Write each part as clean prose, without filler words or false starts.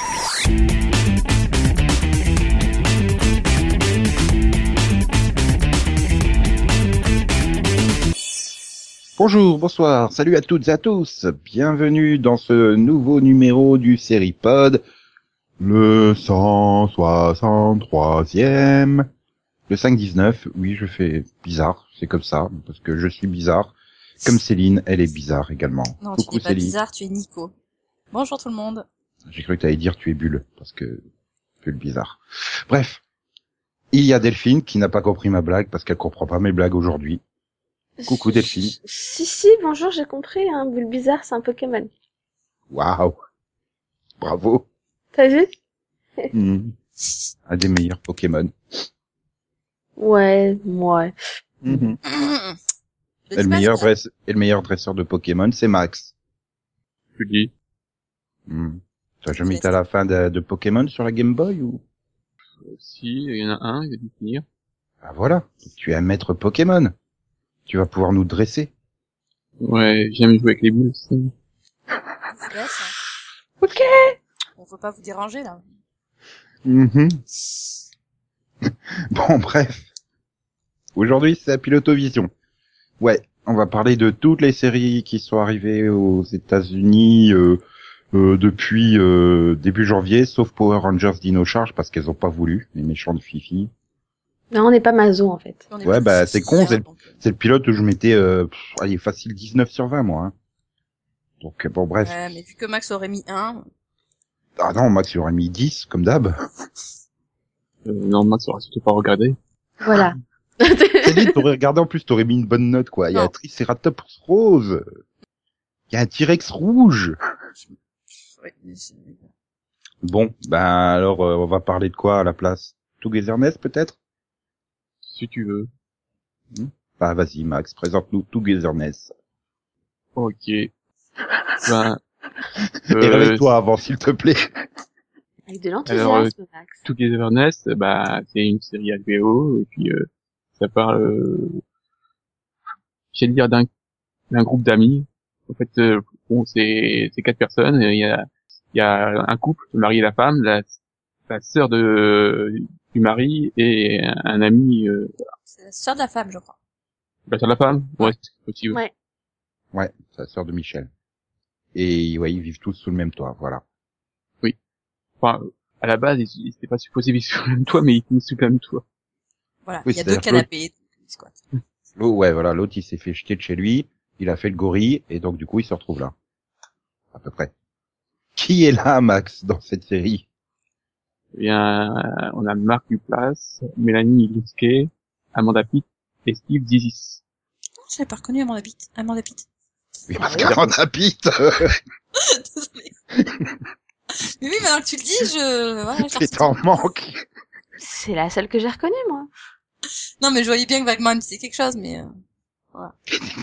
Bonjour, bonsoir, salut à toutes et à tous. Bienvenue dans ce nouveau numéro du Seripod, le 163e, le 519. Oui, je fais bizarre, c'est comme ça, parce que je suis bizarre. Comme Céline, elle est bizarre également. Non, Coucou, tu n'es pas Céline. bizarre, tu es Nico. Bonjour tout le monde. J'ai cru que t'allais dire tu es Bulle, parce que Bulle bizarre. Bref, il y a Delphine qui n'a pas compris ma blague parce qu'elle comprend pas mes blagues aujourd'hui. Coucou Delphine. Si, bonjour, j'ai compris, hein, Bulbizarre, c'est un Pokémon. Waouh, bravo. T'as vu? Un des meilleurs Pokémon. Ouais. Et le meilleur dresseur de Pokémon, c'est Max. Tu dis. Tu as jamais été à la fin de Pokémon sur la Game Boy ou? Si, il y en a un, il va finir. Ah voilà, tu es un maître Pokémon. Tu vas pouvoir nous dresser. Ouais, j'aime jouer avec les boules. Je vous laisse, hein. Ok. On veut pas vous déranger là. Bon, bref. Aujourd'hui, c'est la Pilotovision. Ouais, on va parler de toutes les séries qui sont arrivées aux États-Unis depuis début janvier, sauf Power Rangers Dino Charge parce qu'elles ont pas voulu, les méchantes filles. Non, on n'est pas maso, en fait. Ouais, bah c'est con, c'est le pilote où je mettais allez, facile 19 sur 20 moi. Hein. Donc bon bref. Ouais, mais vu que Max aurait mis 1... Ah non, Max il aurait mis 10 comme d'hab. Non, Max aura surtout pas regardé. Voilà. Céline, t'aurais regardé en plus, t'aurais mis une bonne note quoi. Il y a un Triceratops rose. Il y a un T-Rex rouge. Ouais, mais Bon, ben alors on va parler de quoi à la place? Togetherness peut-être? Si tu veux. Bah vas-y Max, présente-nous Togetherness. Ok. Ben, Et réveille-toi avant s'il te plaît. Avec de l'enthousiasme, Max. Togetherness, bah, c'est une série HBO, et puis, ça parle, j'allais dire d'un groupe d'amis. En fait, bon, c'est 4 personnes, il y a un couple, le mari et la femme, la sœur du mari et un ami, c'est la sœur de la femme, je crois. la sœur de la femme? Ouais, c'est possible. Ouais. Ouais, c'est la sœur de Michel. Et ouais, ils vivent tous sous le même toit, voilà. Enfin, à la base, ils étaient pas supposés vivre sur le même toit, mais ils finissent sous le même toit. Voilà, Oui, il y a 2 canapés. Ouais, voilà, l'autre il s'est fait jeter de chez lui, il a fait le gorille, et donc du coup il se retrouve là. À peu près. Qui est là, Max, dans cette série? Eh bien, on a Mark Duplass, Mélanie Lutske, Amanda Pitt et Steve Zissou. Je l'avais pas reconnu Amanda Pitt. Oui, parce qu'Amanda Pitt, Désolée. Mais oui, maintenant que tu le dis, voilà, c'est en manque. C'est la seule que j'ai reconnue, moi. Non, mais je voyais bien que vaguement elle me disait quelque chose, mais voilà.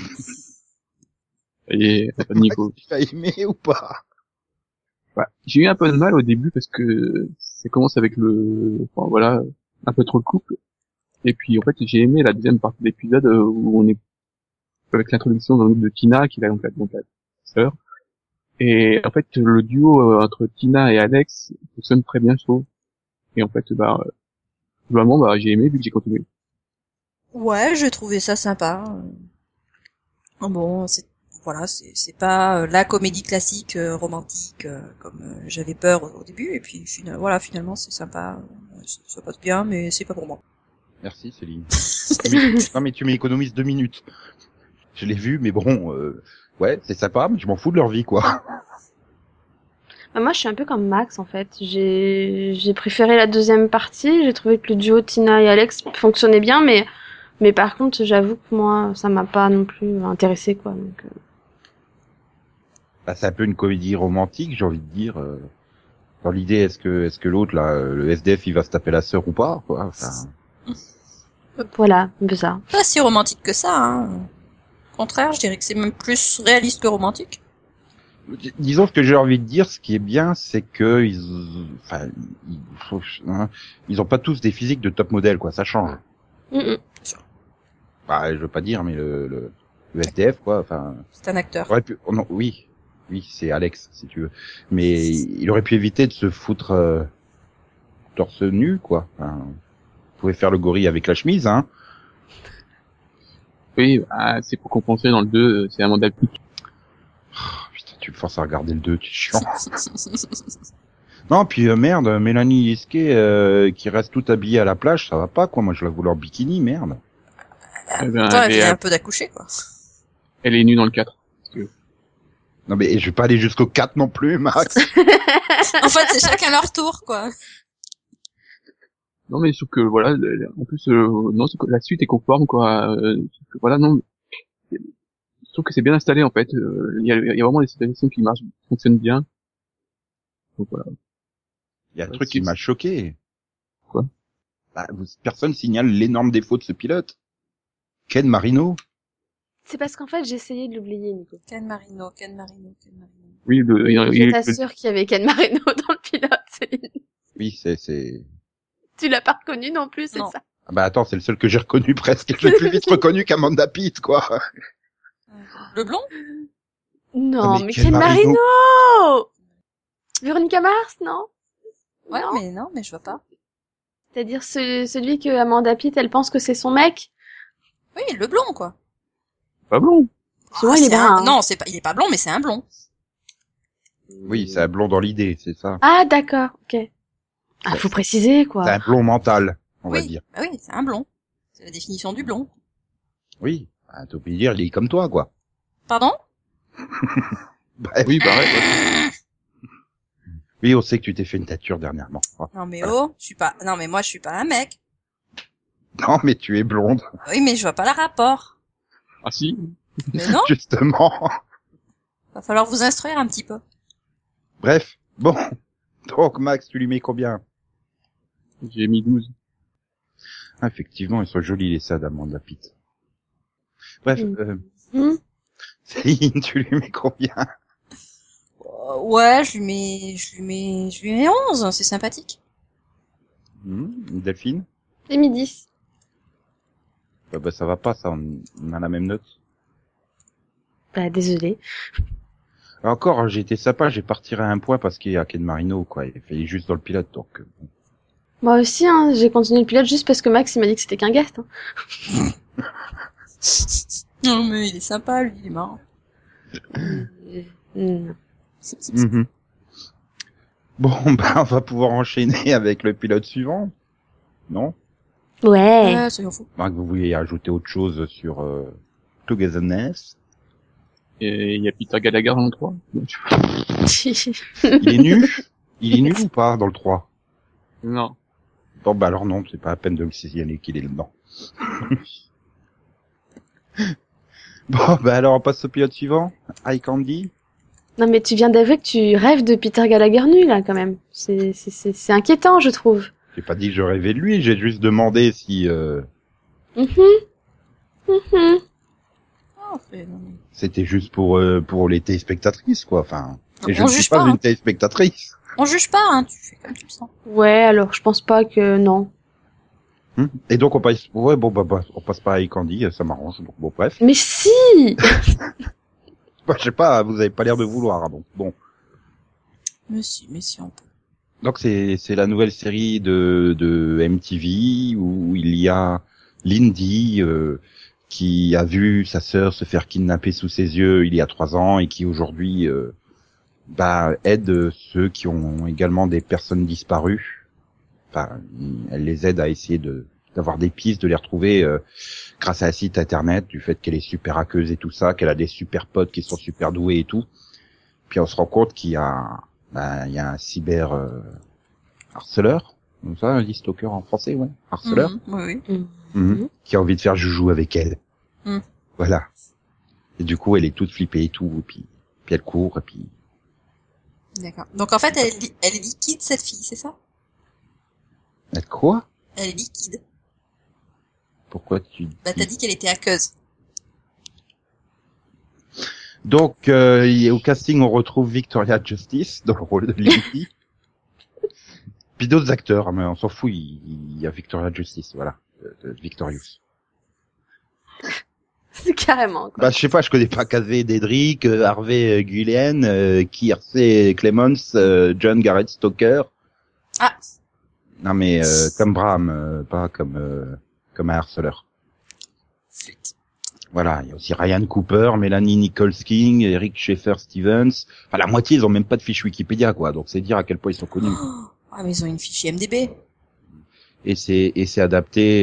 Et Nico. Tu as aimé ou pas? Ouais. J'ai eu un peu de mal au début parce que ça commence avec enfin voilà, un peu trop le couple. Et puis en fait, j'ai aimé la deuxième partie de l'épisode où on est avec l'introduction de Tina, qui est donc la sœur. Et en fait, le duo entre Tina et Alex fonctionne très bien, je trouve. Et en fait, globalement, j'ai aimé vu que j'ai continué. Ouais, j'ai trouvé ça sympa. Bon, c'est pas la comédie classique romantique comme j'avais peur au début. Et puis finalement, c'est sympa, ça passe bien, mais c'est pas pour moi. Merci Céline. Non mais tu m'économises 2 minutes. Je l'ai vu, mais bon, ouais, c'est sympa, mais je m'en fous de leur vie, quoi. Bah, moi, je suis un peu comme Max, en fait. J'ai préféré la deuxième partie. J'ai trouvé que le duo Tina et Alex fonctionnait bien, mais par contre, j'avoue que moi, ça m'a pas non plus intéressé, quoi. Donc, Bah, c'est un peu une comédie romantique, j'ai envie de dire. Dans l'idée, est-ce que l'autre, là, le SDF, il va se taper la sœur ou pas, quoi. Enfin... Voilà, un peu ça. Pas si romantique que ça, hein. Au contraire, je dirais que c'est même plus réaliste que romantique. Disons ce que j'ai envie de dire, ce qui est bien, c'est que ils ont pas tous des physiques de top modèle, quoi. Ça change. Bah, je veux pas dire, mais le SDF, quoi. Enfin. C'est un acteur. Oui. Oui, c'est Alex, si tu veux. Mais il aurait pu éviter de se foutre torse nu, quoi. Enfin, vous pouvez faire le gorille avec la chemise, hein. Oui, c'est pour compenser dans le 2, c'est Amanda Peet. Oh, putain, tu me forces à regarder le 2, tu es chiant. Non, puis merde, Mélanie Liskey qui reste toute habillée à la plage, ça va pas, quoi. Moi, je la voulais en bikini, merde. Attends, elle vient un peu d'accoucher, quoi. Elle est nue dans le 4. Non, mais je vais pas aller jusqu'au 4 non plus, Max. En fait, c'est chacun leur tour, quoi. Non, mais sauf que, voilà, en plus, non, c'est que la suite est conforme, quoi. Sauf que, voilà, non, je trouve que c'est bien installé, en fait. Il y a vraiment des situations qui marchent, qui fonctionnent bien. Donc, voilà. Il y a un truc qui m'a choqué. Quoi? Bah, personne signale l'énorme défaut de ce pilote. Ken Marino. C'est parce qu'en fait, j'ai essayé de l'oublier, Nico. Ken Marino. Oui, Je t'assure qu'il y avait Ken Marino dans le pilote, Céline. Oui, c'est... Tu l'as pas reconnu non plus, c'est Non. ça? Ah bah attends, c'est le seul que j'ai reconnu presque. J'ai plus vite reconnu qu'Amanda Peet, quoi. Le blond? Non, Ah, mais mais Ken Ken Marino. Marino! Véronica Mars, non? Ouais, Non. mais je vois pas. C'est-à-dire celui que Amanda Pitt, elle pense que c'est son mec? Oui, le blond, quoi. pas blond. Souvent, il est c'est brun. hein. Non, il est pas blond, mais c'est un blond. Oui, c'est un blond dans l'idée, c'est ça. Ah, d'accord, ok. Ah, faut préciser, quoi. C'est un blond mental, on va dire. Ah oui, c'est un blond. C'est la définition du blond. Oui, bah, t'as oublié de dire, il est comme toi, quoi. Pardon? Bref. Oui, pareil. Ouais. Oui, on sait que tu t'es fait une tâture dernièrement. Non, mais Voilà. oh, non, mais moi, je suis pas un mec. Non, mais tu es blonde, Oui, mais je vois pas le rapport. Ah si. Mais non, justement. va falloir vous instruire un petit peu. Bref, bon. Donc, Max, tu lui mets combien? J'ai mis 12. Ah, effectivement, ils sont jolis, les sads d'Amanda Pitt. Bref, Hmm. Céline, tu lui mets combien? Ouais, je lui mets 11, c'est sympathique. Delphine? J'ai mis 10. Bah, ça va pas, ça, on a la même note. Bah, désolé. Encore, j'ai été sympa, j'ai pas retiré un point parce qu'il y a Ken Marino, quoi. Il est juste dans le pilote, donc... Moi aussi, hein, j'ai continué le pilote juste parce que Max, il m'a dit que c'était qu'un guest. Hein. Non, mais il est sympa, lui, il est marrant. Non. Mhm. Bon, bah, on va pouvoir enchaîner avec le pilote suivant. Non? Ouais. Ouais, soyons fous. Bah, que vous vouliez ajouter autre chose sur Togetherness. Et il y a Peter Gallagher dans le 3. Il est nu? Il est nu ou pas dans le 3? Non. Bon, bah alors non, c'est pas la peine de me signaler qu'il est dedans. Bon, bah alors on passe au pilote suivant. Eye Candy. Non, mais tu viens d'avouer que tu rêves de Peter Gallagher nu, là, quand même. C'est inquiétant, je trouve. J'ai pas dit que je rêvais de lui, j'ai juste demandé si Mhm. Mhm. Ah, non, mais... c'était juste pour les téléspectatrices, quoi. Enfin, et je On ne suis juge pas pas, une hein. téléspectatrice. On juge pas, hein, tu fais comme tu le sens. Ouais, alors, je pense pas que... Non. Et donc on passe, ouais, bon, bah, on passe pas à Eye Candy, ça m'arrange. Donc, bon, bref. Mais si. Bah, je sais pas, vous avez pas l'air de vouloir, hein, donc bon. Mais si, on peut. Donc c'est la nouvelle série de MTV où il y a Lindy qui a vu sa sœur se faire kidnapper sous ses yeux il y a 3 ans et qui aujourd'hui aide ceux qui ont également des personnes disparues. Enfin, elle les aide à essayer d'avoir des pistes, de les retrouver grâce à un site internet, du fait qu'elle est super hackeuse et tout ça, qu'elle a des super potes qui sont super doués et tout. Puis on se rend compte qu'il y a un cyber harceleur, comme ça, on dit stalker en français, ouais, harceleur, Oui. qui a envie de faire joujou avec elle. Mhm. Voilà. Et du coup, elle est toute flippée et tout, et puis elle court, et puis... D'accord. Donc en fait, elle est liquide, cette fille, c'est ça? Elle quoi? Elle est liquide. Pourquoi tu... Bah, t'as dit qu'elle était hackeuse. Donc, au casting, on retrouve Victoria Justice dans le rôle de Lindy. Puis d'autres acteurs, mais on s'en fout, il y a Victoria Justice, voilà, de Victorious. Carrément, quoi. Bah, je sais pas, je connais pas Casey Dedrick, Harvey Guillen, Kiersey Clemens, John Garrett Stoker. Ah. Non mais comme Bram, pas comme un harceleur. Voilà, il y a aussi Ryan Cooper, Melanie Nichols King, Eric Schaeffer Stevens. Enfin, la moitié, ils ont même pas de fiche Wikipédia, quoi. Donc c'est dire à quel point ils sont connus. Ah, mais ils ont une fiche IMDb. Et c'est adapté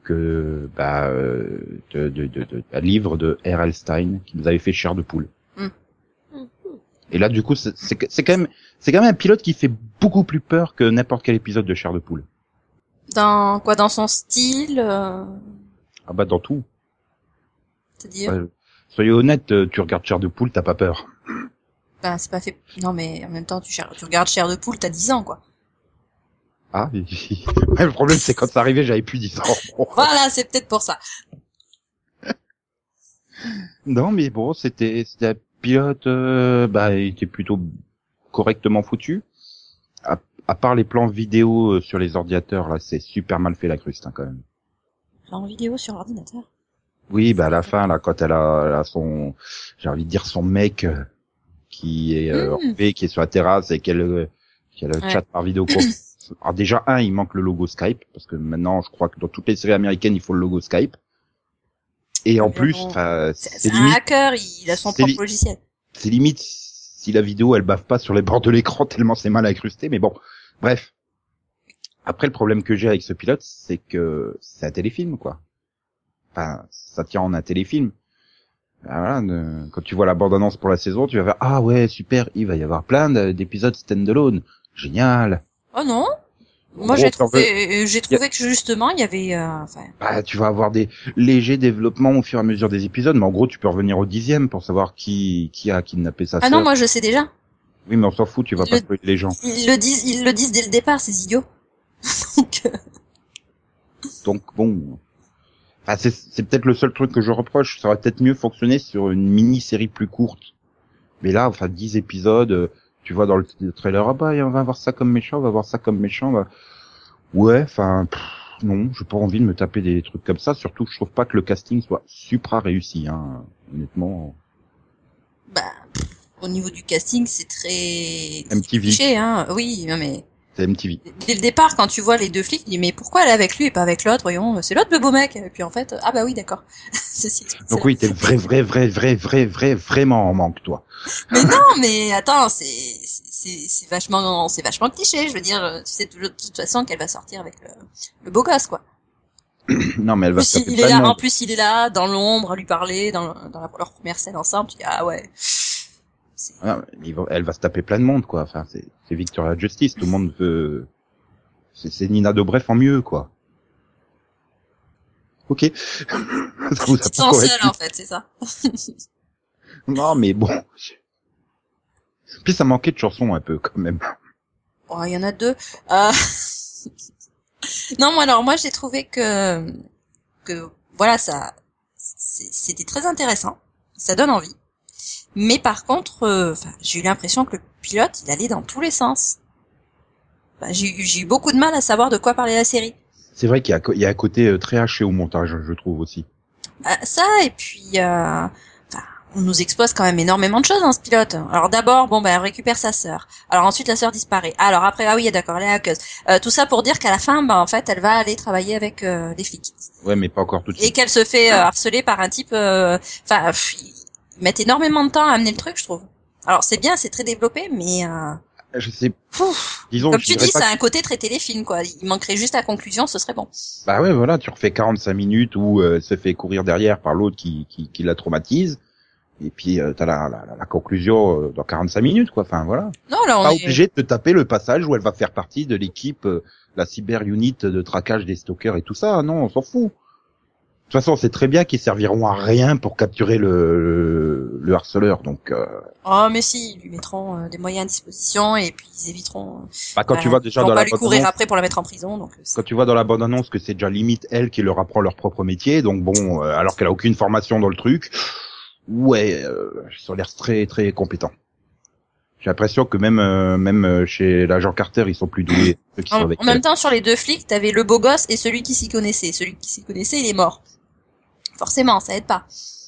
d'un livre de R.L. Stein qui nous avait fait Chair de poule. Et là, du coup, c'est quand même un pilote qui fait beaucoup plus peur que n'importe quel épisode de Chair de poule. Dans quoi, dans son style Ah bah dans tout. C'est-à-dire Soyez honnête, tu regardes Chair de poule, t'as pas peur. Ben, c'est pas fait. Non, mais en même temps, tu regardes Chair de poule, t'as 10 ans, quoi. Ah, ouais, le problème c'est quand ça arrivait, j'avais plus 10 ans. Bon. Voilà, c'est peut-être pour ça. Non, mais bon, c'était un pilote, il était plutôt correctement foutu. À part les plans vidéo sur les ordinateurs, là, c'est super mal fait la cruste, hein, quand même. En vidéo sur l'ordinateur. Oui, à la fin, là, quand elle a son, j'ai envie de dire son mec qui est enlevé, qui est sur la terrasse et qu'elle chatte par vidéoconférence. Alors déjà, il manque le logo Skype, parce que maintenant, je crois que dans toutes les séries américaines, il faut le logo Skype. Et en plus, c'est un hacker, il a son propre logiciel. C'est limite si la vidéo, elle bave pas sur les bords de l'écran tellement c'est mal incrusté, mais bon. Bref. Après, le problème que j'ai avec ce pilote, c'est que c'est un téléfilm, quoi. Enfin, ça tient en un téléfilm. Voilà, quand tu vois la bande-annonce pour la saison, tu vas faire, ah ouais, super, il va y avoir plein d'épisodes stand-alone. Génial. Oh non. Moi, j'ai trouvé que justement, il y avait, tu vas avoir des légers développements au fur et à mesure des épisodes, mais en gros, tu peux revenir au 10e pour savoir qui a kidnappé sa sœur. Ah non, moi, je sais déjà. Oui, mais on s'en fout, tu vas pas spoiler les gens. Ils le disent dès le départ, ces idiots. Donc bon. Enfin, c'est peut-être le seul truc que je reproche. Ça aurait peut-être mieux fonctionné sur une mini-série plus courte. Mais là, 10 épisodes, tu vois dans le trailer, on va voir ça comme méchant, on va voir ça comme méchant. Ouais, non, j'ai pas envie de me taper des trucs comme ça. Surtout, je trouve pas que le casting soit supra réussi, hein, honnêtement. Au niveau du casting, c'est très MTV. cliché, hein. Oui, non mais. C'est MTV. Dès le départ, quand tu vois les deux flics, tu dis mais pourquoi elle est avec lui et pas avec l'autre? Voyons, c'est l'autre le beau mec. Et puis en fait, ah bah oui, d'accord. Donc oui, t'es vraiment en manque, toi. Mais non, mais attends, c'est vachement cliché. Je veux dire, tu sais de toute façon qu'elle va sortir avec le beau gosse, quoi. Non, mais elle va se il est là. En plus, il est là dans l'ombre à lui parler dans leur première scène ensemble. Tu dis ah ouais. Elle va se taper plein de monde, quoi. Enfin, c'est Victoria Justice. Tout le monde veut. C'est Nina Dobrev en mieux, quoi. Ok. Ça vous a pas seul, en fait, c'est ça. Non, mais bon. Puis ça manquait de chansons un peu, quand même. Oh, il y en a deux. Non, moi j'ai trouvé que voilà, c'était très intéressant. Ça donne envie. Mais par contre, j'ai eu l'impression que le pilote, il allait dans tous les sens. J'ai eu beaucoup de mal à savoir de quoi parlait la série. C'est vrai qu'il y a un côté très haché au montage, je trouve aussi. Ça, et puis, on nous expose quand même énormément de choses dans ce pilote. Alors d'abord, elle récupère sa sœur. Alors ensuite, la sœur disparaît. Alors après, ah oui, d'accord, elle est hackeuse. Tout ça pour dire qu'à la fin, en fait, elle va aller travailler avec des flics. Ouais, mais pas encore tout de suite. Et qu'elle se fait harceler par un type. Ils mettent énormément de temps à amener le truc, je trouve. Alors c'est bien, c'est très développé, mais je sais. Disons, comme tu dis, ça a un côté très téléfilm, quoi. Il manquerait juste la conclusion, ce serait bon. Bah ouais, voilà, tu refais 45 minutes où se fait courir derrière par l'autre qui la traumatise, et puis t'as la conclusion dans 45 minutes, quoi. Enfin voilà. Non, là on pas est obligé de te taper le passage où elle va faire partie de l'équipe, la cyber unit de traquage des stalkers et tout ça. Non, on s'en fout. De toute façon, c'est très bien qu'ils serviront à rien pour capturer le harceleur, donc. Oh, mais si, ils lui mettront des moyens à disposition et puis ils éviteront. Quand tu vois déjà ils vont dans pas la lui bande courir annonce, après pour la mettre en prison, donc. quand tu vois dans la bande annonce que c'est déjà limite elle qui leur apprend leur propre métier, donc bon, alors qu'elle a aucune formation dans le truc, ouais, ils ont l'air très très compétents. J'ai l'impression que même chez l'agent Carter, ils sont plus doués. Ceux qui sont avec en même temps, sur les deux flics, t'avais le beau gosse et celui qui s'y connaissait. Celui qui s'y connaissait, il est mort. Forcément, ça aide pas.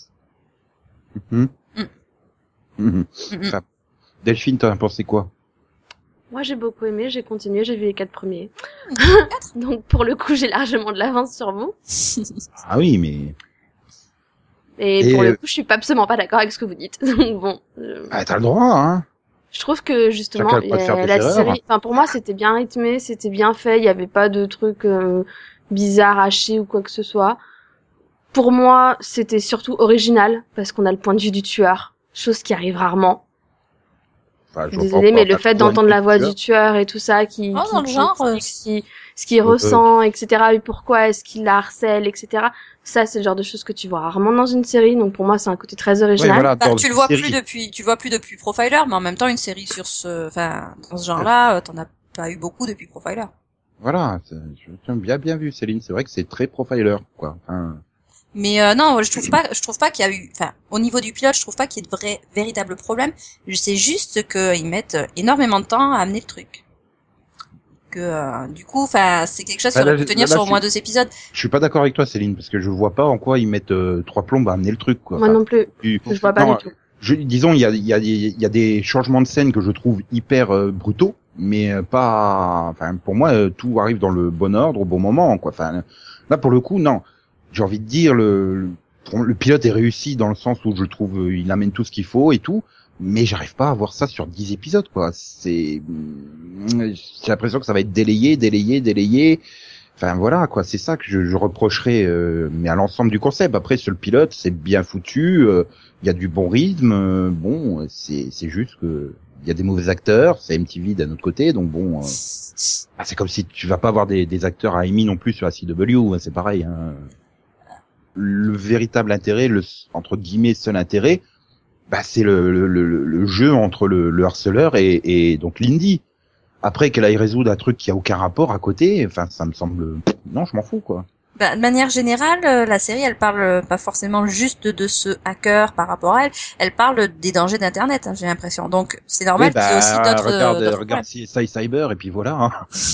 Mhm. Mm. Mhm. Mm-mm. Enfin, Delphine, t'en as pensé quoi? Moi, j'ai beaucoup aimé, j'ai continué, j'ai vu les 4 premiers. 4. Donc, pour le coup, j'ai largement de l'avance sur vous. Ah oui, mais Et pour le coup, je suis absolument pas d'accord avec ce que vous dites. Donc bon, t'as le droit, hein. je trouve que justement, Chacun a le droit de faire des la erreurs. série, enfin pour moi, c'était bien rythmé, c'était bien fait, il y avait pas de trucs bizarres, hachés ou quoi que ce soit. Pour moi, c'était surtout original parce qu'on a le point de vue du tueur, chose qui arrive rarement. Enfin, je vois Désolée, pas mais encore le fait d'entendre la voix du tueur. tueur et tout ça, qui Oh, dans le genre, explique ce qu'il ressent, etc. Et pourquoi est-ce qu'il la harcèle, etc. Ça, c'est le genre de choses que tu vois rarement dans une série. Donc pour moi, c'est un côté très original. Ouais, voilà, Bah, dans tu une le vois série. plus depuis Profiler, mais en même temps, une série sur dans ce genre-là, t'en as pas eu beaucoup depuis Profiler. Voilà, j'aime bien vu, Céline. C'est vrai que c'est très profiler, quoi. Enfin, Mais non, je trouve pas qu'il y a eu, enfin, au niveau du pilote, je trouve pas qu'il y ait de véritable problème. C'est juste qu'ils mettent énormément de temps à amener le truc. Que du coup, enfin, c'est quelque chose qui aurait pu tenir sur au moins 2 épisodes. je suis pas d'accord avec toi, Céline, parce que je vois pas en quoi ils mettent 3 plombes à amener le truc, quoi. Moi Enfin, non plus. Je vois pas non, du tout. disons, il y a des changements de scène que je trouve hyper brutaux, mais pas. Enfin, pour moi, tout arrive dans le bon ordre au bon moment, quoi. Enfin, là, pour le coup, non. J'ai envie de dire le pilote est réussi dans le sens où je trouve il amène tout ce qu'il faut et tout, mais j'arrive pas à voir ça sur 10 épisodes, quoi. J'ai l'impression que ça va être délayé. Enfin voilà, quoi. C'est ça que je reprocherais, mais à l'ensemble du concept. Après, sur le pilote, c'est bien foutu. Il y a du bon rythme. Bon, c'est juste que il y a des mauvais acteurs. C'est MTV d'un autre côté, donc bon. C'est comme si tu vas pas avoir des acteurs à Amy non plus sur la CW. C'est pareil. Hein. Le véritable intérêt, entre guillemets seul intérêt, bah c'est le jeu entre le harceleur et donc Lindy. Après qu'elle aille résoudre un truc qui a aucun rapport à côté, enfin ça me semble non, je m'en fous quoi. Bah, de manière générale, la série, elle parle pas forcément juste de ce hacker par rapport à elle. Elle parle des dangers d'Internet, hein, j'ai l'impression. Donc, c'est normal qu'il y ait aussi d'autres regarde CSI Cyber et puis voilà. Hein.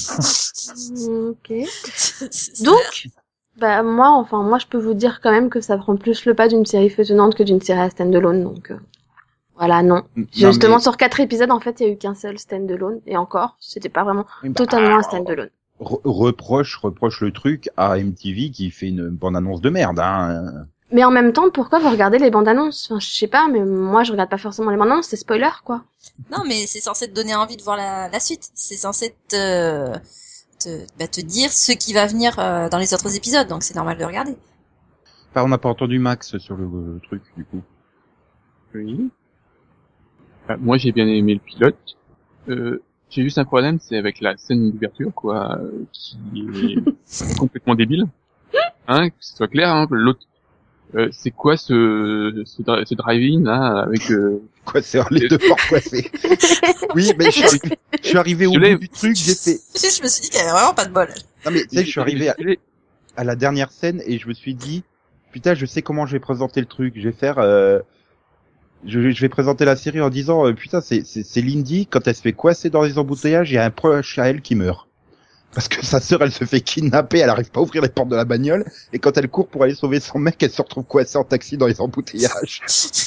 Ok. Donc, bah moi, je peux vous dire quand même que ça prend plus le pas d'une série feuillantonnante que d'une série à stand-alone. Donc, voilà, non. Justement, sur 4 épisodes, en fait, il y a eu qu'un seul stand-alone. Et encore, c'était pas vraiment totalement un stand-alone. Reproche le truc à MTV qui fait une bande-annonce de merde. Hein. Mais en même temps, pourquoi vous regardez les bandes-annonces? Enfin, je sais pas, mais moi, je regarde pas forcément les bandes-annonces, c'est spoiler, quoi. Non, mais c'est censé te donner envie de voir la suite. C'est censé te dire ce qui va venir dans les autres épisodes, donc c'est normal de regarder. Enfin, on n'a pas entendu Max sur le truc, du coup. Oui. Moi, j'ai bien aimé le pilote. J'ai juste un problème, c'est avec la scène d'ouverture, quoi, qui est complètement débile. Hein, que ce soit clair, hein, l'autre, c'est quoi ce drive-in, là, avec, Quoi, c'est les deux portes coiffées. Oui, mais je suis arrivé au bout du truc, j'ai fait. Je me suis dit qu'il y avait vraiment pas de bol. Non, mais, tu sais, je suis arrivé à la dernière scène et je me suis dit, putain, je sais comment je vais présenter le truc. Je vais faire, je vais présenter la série en disant, putain, c'est Lindy, quand elle se fait coincer dans les embouteillages, il y a un proche à elle qui meurt. Parce que sa sœur, elle se fait kidnapper, elle arrive pas à ouvrir les portes de la bagnole, et quand elle court pour aller sauver son mec, elle se retrouve coincée en taxi dans les embouteillages.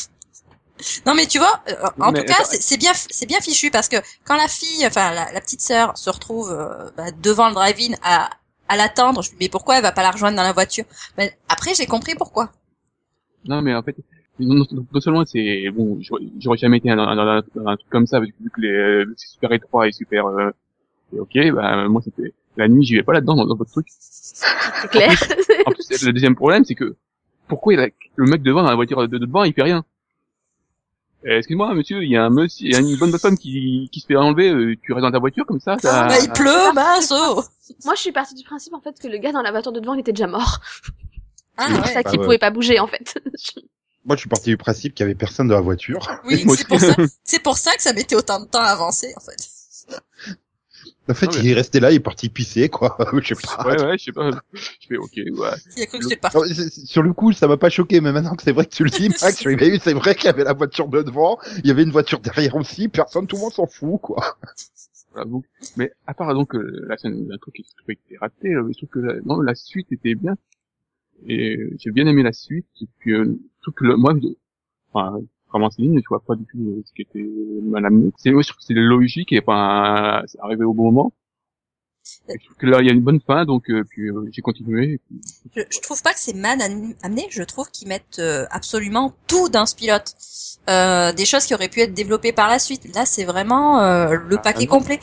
Non mais tu vois, en tout cas, c'est bien fichu parce que quand la fille, enfin la petite sœur se retrouve devant le drive-in à l'attendre, je me dis mais pourquoi elle va pas la rejoindre dans la voiture? Mais après j'ai compris pourquoi. Non mais en fait, non seulement c'est bon, j'aurais jamais été dans un truc comme ça parce que vu que c'est super étroit et super ok, bah moi c'était la nuit, j'y vais pas là-dedans dans votre truc. C'est clair. En plus, le deuxième problème, c'est que pourquoi le mec devant dans la voiture de devant, il fait rien. Excuse-moi, monsieur, il y a une bonne femme qui se fait enlever, tu restes dans ta voiture comme ça. Bah il pleut, mince. Moi, je suis partie du principe en fait que le gars dans la voiture de devant, il était déjà mort. Ah c'est pour ça qu'il pouvait pas bouger en fait. Moi, je suis parti du principe qu'il y avait personne dans la voiture. Oui, c'est pour ça que ça mettait autant de temps à avancer en fait. En fait, il est resté là, il est parti pisser, quoi. Je sais pas. Ouais, je sais pas. Je fais ok, ouais. Il a cru que c'était parti. Sur le coup, ça m'a pas choqué, mais maintenant que c'est vrai que tu le dis, Max, c'est vrai qu'il y avait la voiture de devant, il y avait une voiture derrière aussi, tout le monde s'en fout, quoi. Voilà, donc, mais à part donc la scène d'un truc qui était raté, je trouve que la suite était bien. Et j'ai bien aimé la suite. Et puis, tout que enfin, vraiment Céline, je vois pas du tout ce qui était mal amené. Moi, je trouve que c'est logique et pas c'est arrivé au bon moment. Et je trouve que là, il y a une bonne fin, donc puis j'ai continué. Et puis, Je trouve pas que c'est mal amené, je trouve qu'ils mettent absolument tout dans ce pilote. Des choses qui auraient pu être développées par la suite. Là, c'est vraiment le paquet complet.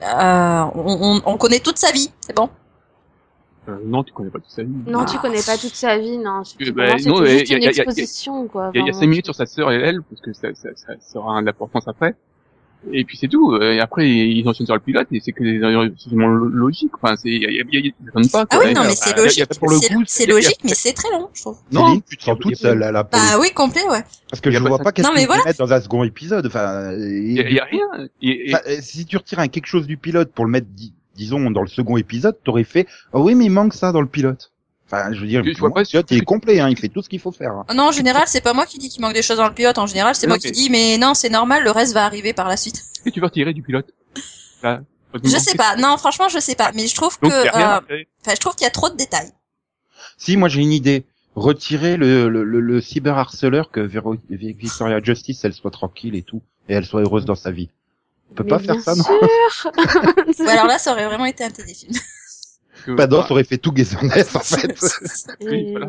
On connaît toute sa vie, c'est bon. non, tu connais pas toute sa vie. Non, tu connais pas toute sa vie, non. Pour moi, non, c'était juste une exposition, quoi. Il y a 5 minutes sur sa sœur et elle, parce que ça aura de l'importance après. Et puis c'est tout. Et après, ils enchaînent sur le pilote et c'est que c'est vraiment logique. Enfin, il y a pas. Ah oui, non, mais c'est logique. C'est logique, mais c'est très long, je trouve. Non, tu te sens toute seule à la pause. Ah oui, complet, ouais. Parce que je vois pas qu'est-ce qu'ils mettent dans un second épisode. Enfin, il y a rien. Si tu retires quelque chose du pilote pour le mettre, disons, dans le second épisode, t'aurais fait, oh oui, mais il manque ça dans le pilote. Enfin, je veux dire, le pilote, il est complet, hein, il fait tout ce qu'il faut faire. Hein. Non, en général, c'est pas moi qui dis qu'il manque des choses dans le pilote. En général, c'est moi qui dis, mais non, c'est normal, le reste va arriver par la suite. Qu'est-ce que tu veux retirer du pilote? Là, je sais pas. Non, franchement, je sais pas. Mais je trouve je trouve qu'il y a trop de détails. Si, moi, j'ai une idée. Retirer le cyberharceleur que Victoria Justice, elle soit tranquille et tout, et elle soit heureuse dans sa vie. On peut pas faire ça, non? Ouais, alors là, ça aurait vraiment été un téléfilm. Pas d'autre, aurait fait tout Gazerness, en fait. Oui, voilà.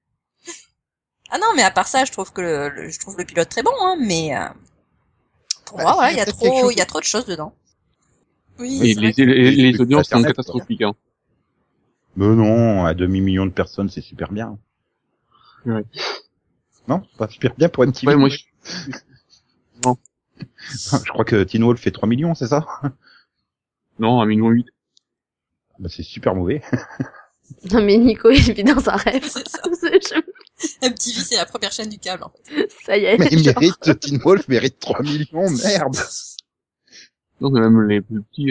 Ah non, mais à part ça, je trouve le pilote très bon, hein, mais pour moi, voilà, il y a trop de choses dedans. Oui, les audiences sont catastrophiques, hein. Mais non, à 2 millions de personnes, c'est super bien. Ouais. Non, c'est pas super bien pour une TV. Ouais, moi, non. Je crois que Teen Wolf fait 3 millions, c'est ça? Non, 1,8 million. Bah, c'est super mauvais. Non, mais Nico, il vit dans un rêve. C'est ça. MTV, c'est la première chaîne du câble, en fait. Ça y est. Mais Teen Wolf mérite 3 millions, merde. Donc, même les plus petits,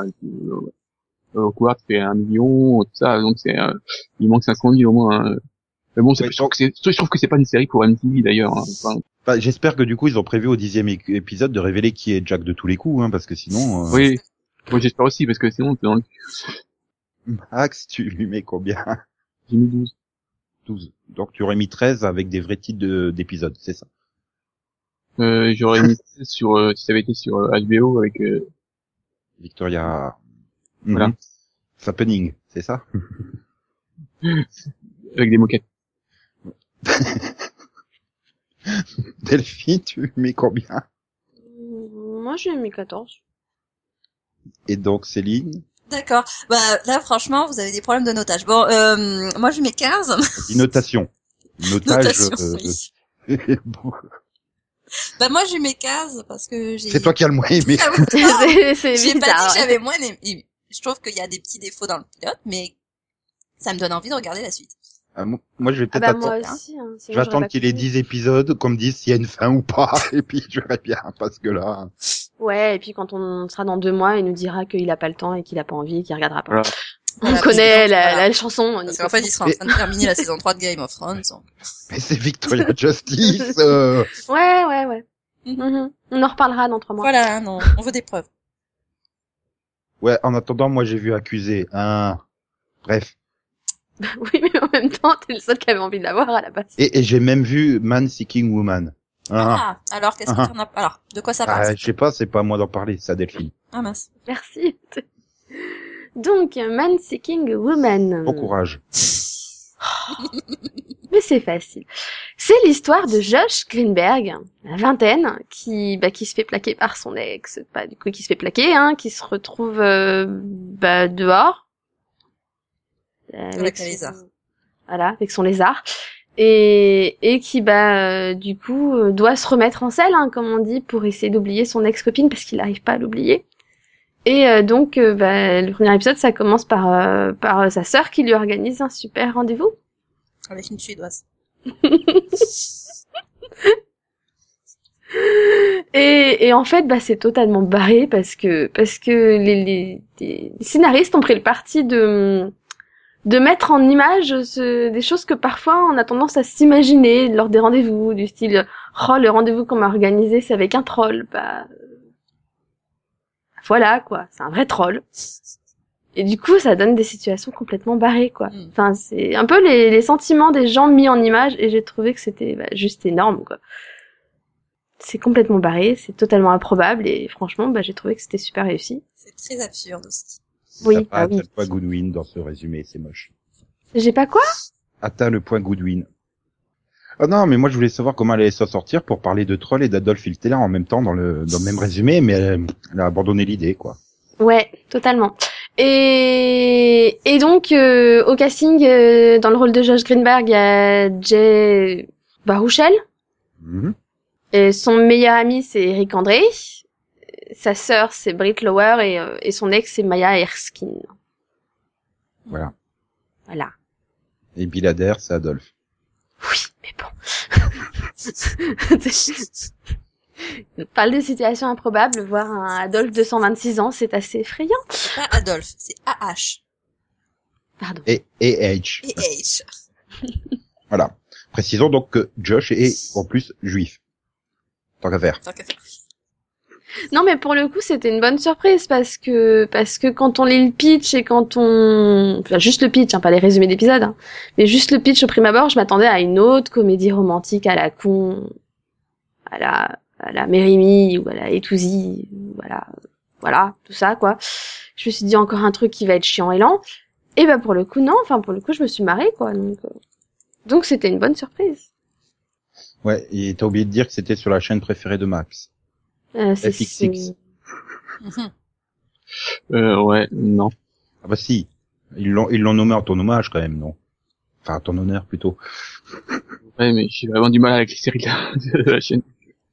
Hogwarts fait 1 million, tout ça, donc il manque 500 000 au moins, hein. Mais bon, je trouve que c'est pas une série pour MTV, d'ailleurs, hein. Enfin, j'espère que du coup, ils ont prévu au 10e épisode de révéler qui est Jack de tous les coups, hein, parce que sinon, Oui. Moi, j'espère aussi, parce que sinon, Max, tu lui mets combien? J'ai mis 12. 12. Donc tu aurais mis 13 avec des vrais titres d'épisodes, c'est ça? J'aurais mis 13 sur, si ça avait été sur HBO avec, Victoria. Voilà. Happening, c'est ça? Avec des moquettes. Delphine, tu lui mets combien? Moi, j'ai mis 14. Et donc Céline? D'accord. Bah, là, franchement, vous avez des problèmes de notage. Bon, moi, je mets 15. Dis notation. Notage, oui. Bon. Bah, moi, je mets 15 parce que j'ai... C'est toi qui as le moins aimé. C'est J'ai bizarre. pas dit que j'avais moins aimé. Je trouve qu'il y a des petits défauts dans le pilote, mais ça me donne envie de regarder la suite. Moi, je vais peut-être attendre. Moi aussi, hein, je vais attendre qu'il y ait 10 épisodes, qu'on me dise s'il y a une fin ou pas, et puis je verrai bien, parce que là... Ouais, et puis quand on sera dans 2 mois, il nous dira qu'il a pas le temps et qu'il a pas envie et qu'il regardera pas. Voilà. On connaît la chanson. Parce qu'en fait, il sera en train de terminer la saison 3 de Game of Thrones. Donc. Mais c'est Victoria Justice. Ouais. On en reparlera dans 3 mois. Voilà, non, on veut des preuves. Ouais, en attendant, moi j'ai vu Accusé. Bref. Oui, mais en même temps, t'es le seul qui avait envie de la voir à la base. Et j'ai même vu Man Seeking Woman. Alors qu'est-ce que tu en as... Alors, de quoi ça parle? Je sais pas, c'est pas à moi d'en parler, c'est à Delphine. Ah mince. Merci. Donc, Man Seeking Woman. Bon courage. Mais c'est facile. C'est l'histoire de Josh Greenberg, la vingtaine, qui se fait plaquer par son ex, qui se fait plaquer, qui se retrouve dehors. Avec son lézard. Voilà, avec son lézard. Et qui du coup doit se remettre en selle, comme on dit, pour essayer d'oublier son ex-copine parce qu'il n'arrive pas à l'oublier. Et donc le premier épisode, ça commence par sa sœur qui lui organise un super rendez-vous avec une suédoise. Et en fait, c'est totalement barré parce que les scénaristes ont pris le parti de mettre en image des choses que parfois on a tendance à s'imaginer lors des rendez-vous, du style le rendez-vous qu'on m'a organisé c'est avec un troll, voilà quoi, c'est un vrai troll. Et du coup, ça donne des situations complètement barrées, quoi. Mm. Enfin, c'est un peu les sentiments des gens mis en image, et j'ai trouvé que c'était juste énorme, quoi. C'est complètement barré, c'est totalement improbable, et franchement, j'ai trouvé que c'était super réussi. C'est très absurde aussi. Oui, T'as pas ah oui. atteint le point Goodwin dans ce résumé, c'est moche. J'ai pas quoi? Atteint le point Goodwin. Ah non, mais moi je voulais savoir comment elle allait s'en sortir pour parler de Troll et d'Adolf Hitler en même temps dans le même résumé, mais elle a abandonné l'idée, quoi. Ouais, totalement. Et donc, au casting, dans le rôle de Josh Greenberg, il y a Jay Baruchel. Mhm. Et son meilleur ami, c'est Eric André. Sa sœur, c'est Britt Lower, et son ex, c'est Maya Erskine. Voilà. Voilà. Et Bill Hader, c'est Adolf. Oui, mais bon. On parle de situations improbables, voir un Adolphe de 126 ans, c'est assez effrayant. C'est pas Adolphe, c'est AH. Pardon. Et H. Et H. Voilà. Précisons donc que Josh est en plus juif. Tant qu'à faire. Tant qu'à faire. Non, mais pour le coup, c'était une bonne surprise parce que quand on lit le pitch et enfin, juste le pitch, pas les résumés d'épisodes, mais juste le pitch au prime abord, je m'attendais à une autre comédie romantique à la con, à la Mérimie ou à la Etouzi, voilà, tout ça, quoi. Je me suis dit encore un truc qui va être chiant et lent. Et pour le coup, non, pour le coup, je me suis marrée, quoi, donc c'était une bonne surprise. Ouais, et t'as oublié de dire que c'était sur la chaîne préférée de Max. FXX. Ouais, non. Ah bah si. Ils l'ont nommé en ton hommage quand même, non? Enfin, en ton honneur plutôt. Ouais, mais j'ai vraiment du mal avec les séries de la chaîne.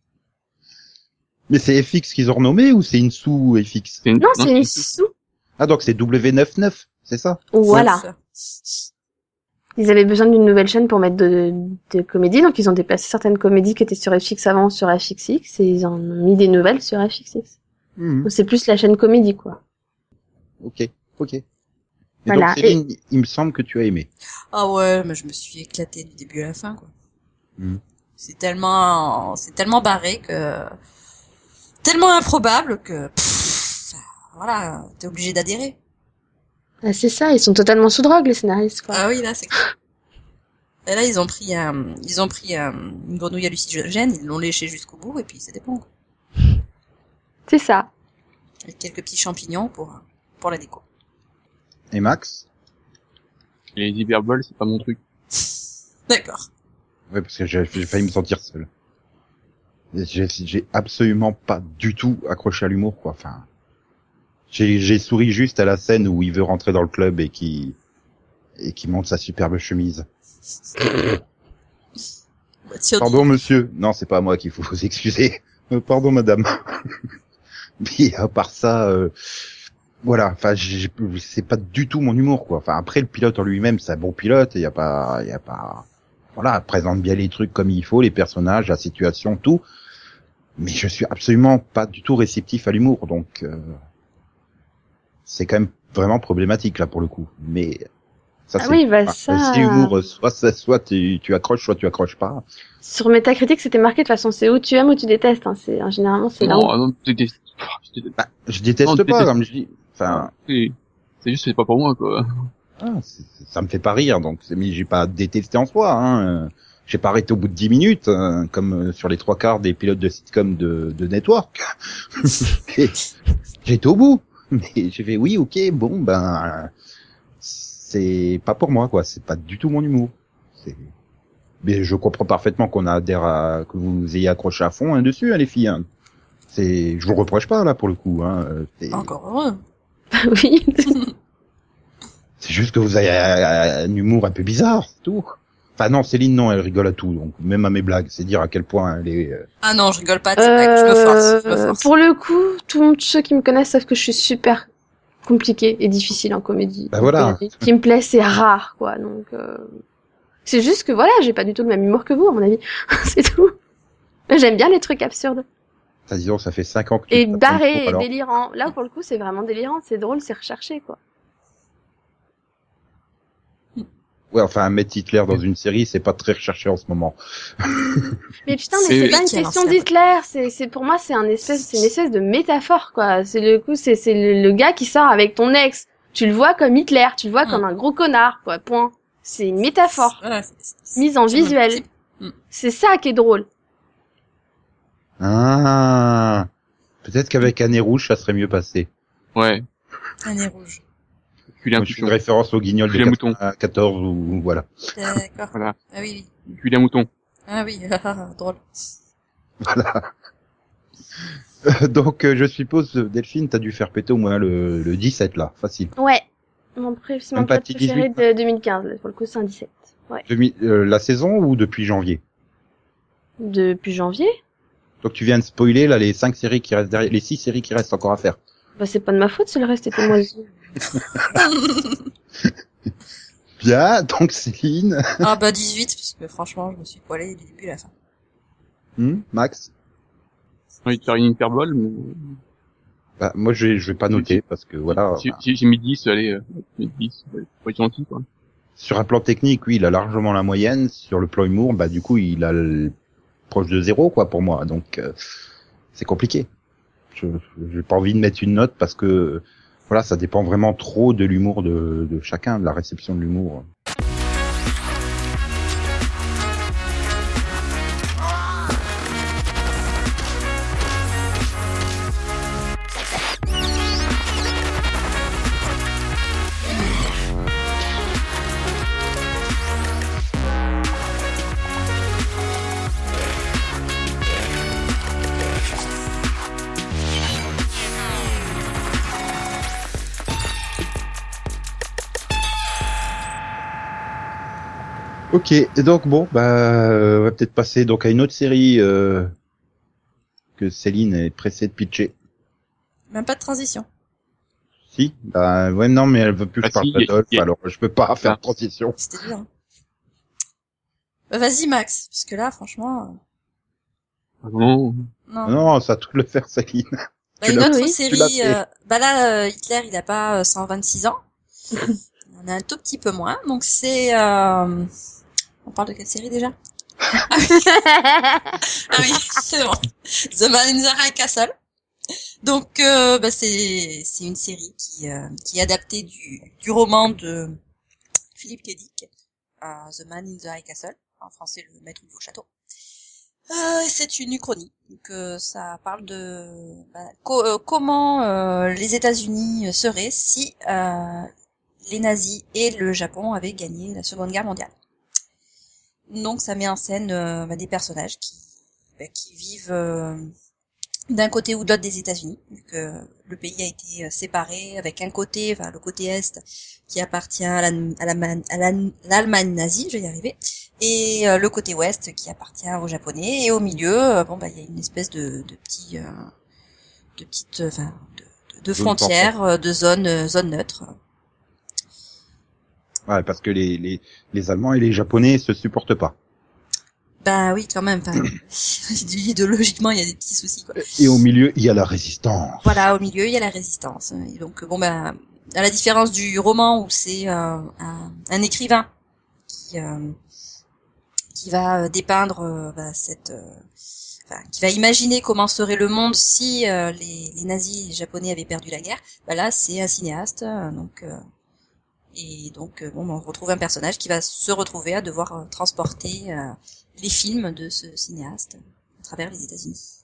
Mais c'est FX qu'ils ont renommé ou c'est une sous FX? Non, c'est une sous. Ah donc c'est W99, c'est ça? Voilà. Ils avaient besoin d'une nouvelle chaîne pour mettre de comédies, donc ils ont déplacé certaines comédies qui étaient sur FX avant sur FXX, et ils en ont mis des nouvelles sur FXX. Mmh. Donc c'est plus la chaîne comédie, quoi. Ok. Et Voilà. donc Céline, il me semble que tu as aimé. Ah ouais, mais je me suis éclatée du début à la fin, quoi. Mmh. C'est tellement barré tellement improbable que, voilà, t'es obligé d'adhérer. Ah, c'est ça, ils sont totalement sous drogue, les scénaristes, quoi. Ah oui, là, c'est clair. Et là, ils ont pris une grenouille hallucinogène, ils l'ont léché jusqu'au bout, et puis c'était bon, quoi. C'est ça. Avec quelques petits champignons pour la déco. Et Max? Les hyperboles, c'est pas mon truc. D'accord. Ouais, parce que j'ai failli me sentir seul. J'ai absolument pas du tout accroché à l'humour, quoi. Enfin, j'ai souri juste à la scène où il veut rentrer dans le club et qui monte sa superbe chemise. Pardon, monsieur. Non, c'est pas à moi qu'il faut vous excuser. Pardon, madame. Mais à part ça, voilà. Enfin, c'est pas du tout mon humour, quoi. Enfin, après, le pilote en lui-même, c'est un bon pilote. Et y a pas, voilà, présente bien les trucs comme il faut, les personnages, la situation, tout. Mais je suis absolument pas du tout réceptif à l'humour, donc c'est quand même vraiment problématique là pour le coup. Mais ça, c'est oui, ça. C'est l'humour, soit tu accroches, soit tu accroches pas. Sur Metacritic, c'était marqué de toute façon, c'est où tu aimes ou tu détestes. Généralement, c'est là. Non, je déteste. Je déteste Non, pas, comme je dis. Enfin, c'est juste, c'est pas pour moi, quoi. Ça me fait pas rire, donc mais j'ai pas détesté en soi. Hein. J'ai pas arrêté au bout de 10 minutes, comme sur les 3/4 des pilotes de sitcom de Network. J'ai été au bout, mais j'ai fait oui, ok, bon, c'est pas pour moi, quoi. C'est pas du tout mon humour. Mais je comprends parfaitement qu'on adhère que vous ayez accroché à fond dessus, les filles. Hein. Je vous reproche pas là pour le coup. Encore heureux. Oui. C'est juste que vous avez un humour un peu bizarre, c'est tout. Enfin non, Céline, non, elle rigole à tout, donc même à mes blagues, c'est dire à quel point elle est... Ah non, je rigole pas, je me force. Pour le coup, tous ceux qui me connaissent savent que je suis super compliquée et difficile en comédie. Bah voilà. Ce qui me plaît, c'est rare, quoi. Donc, c'est juste que voilà, j'ai pas du tout le même humour que vous, à mon avis. C'est tout. J'aime bien les trucs absurdes. Disons, ça fait 5 ans que tu Et tapes barré ton et cours, délirant. Là, pour le coup, c'est vraiment délirant, c'est drôle, c'est recherché, quoi. Ouais, enfin, mettre Hitler dans une série, c'est pas très recherché en ce moment. Mais putain, mais c'est pas une Quel question ancien. d'Hitler, c'est pour moi c'est une espèce de métaphore, quoi. C'est le gars qui sort avec ton ex Tu le vois comme Hitler, tu le vois comme un gros connard, quoi, point. C'est une métaphore. Voilà, Mise en visuel. C'est ça qui est drôle. Ah, peut-être qu'avec un nez rouge, ça serait mieux passé. Ouais. Un nez rouge. Puis un Moi, je fais une référence au Guignol Puis les de moutons. 14 ou voilà. D'accord. Voilà. Ah oui, oui. Puis les moutons. Ah oui, drôle. Voilà. Donc, je suppose, Delphine, t'as dû faire péter au moins le 17, là. Facile. Ouais. C'est mon Même pas plat petit préféré 18, de 2015. Là, pour le coup, c'est un 17. Ouais. La saison ou depuis janvier? Depuis janvier? Donc, tu viens de spoiler, là, les 5 séries qui restent derrière, les 6 séries qui restent encore à faire. Bah, c'est pas de ma faute si le reste était moisi. Bien, donc, Céline. Ah bah 18, parce que franchement, je me suis poilé du début à la fin. Max? J'ai envie de faire une hyperbole, mais... Bah, moi, je vais pas noter, parce que voilà. J'ai mis 10, allez, j'ai mis 10, faut être gentil, quoi. Sur un plan technique, oui, il a largement la moyenne. Sur le plan humour, bah, du coup, il a proche de 0, quoi, pour moi. Donc, c'est compliqué. J'ai pas envie de mettre une note parce que, voilà, ça dépend vraiment trop de l'humour de chacun, de la réception de l'humour. Ok, et donc bon, bah, on va peut-être passer donc à une autre série que Céline est pressée de pitcher. Même pas de transition. Si, bah ouais, non, mais elle veut plus que je parle d'Adolphe, alors je peux pas faire de transition. C'était dur. Hein. Bah, vas-y Max, parce que là, franchement. Non. Non, ça a tout le faire, Céline. Bah, une autre série. Bah là, Hitler, il a pas 126 ans. Il en a un tout petit peu moins. Donc c'est. On parle de quelle série déjà? Ah oui, c'est bon. The Man in the High Castle. Donc bah c'est une série qui est adaptée du roman de Philip K. Dick, The Man in the High Castle, en français le Maître du Haut Château. C'est une uchronie. Donc ça parle de comment les États-Unis seraient si les nazis et le Japon avaient gagné la Seconde Guerre mondiale. Donc ça met en scène des personnages qui vivent d'un côté ou de l'autre des États-Unis. Donc le pays a été séparé avec un côté, enfin le côté est qui appartient à l'Allemagne nazie, je vais y arriver, et le côté ouest qui appartient aux Japonais. Et au milieu, il y a une espèce de frontières, de zones neutres. Ouais, parce que les Allemands et les Japonais se supportent pas. Ben oui, quand même. Idéologiquement, il y a des petits soucis, quoi. Et au milieu, il y a la résistance. Voilà, au milieu, il y a la résistance. Et donc, à la différence du roman où c'est un écrivain qui va dépeindre qui va imaginer comment serait le monde si les nazis et les Japonais avaient perdu la guerre. Là, c'est un cinéaste, on retrouve un personnage qui va se retrouver à devoir transporter les films de ce cinéaste à travers les États-Unis.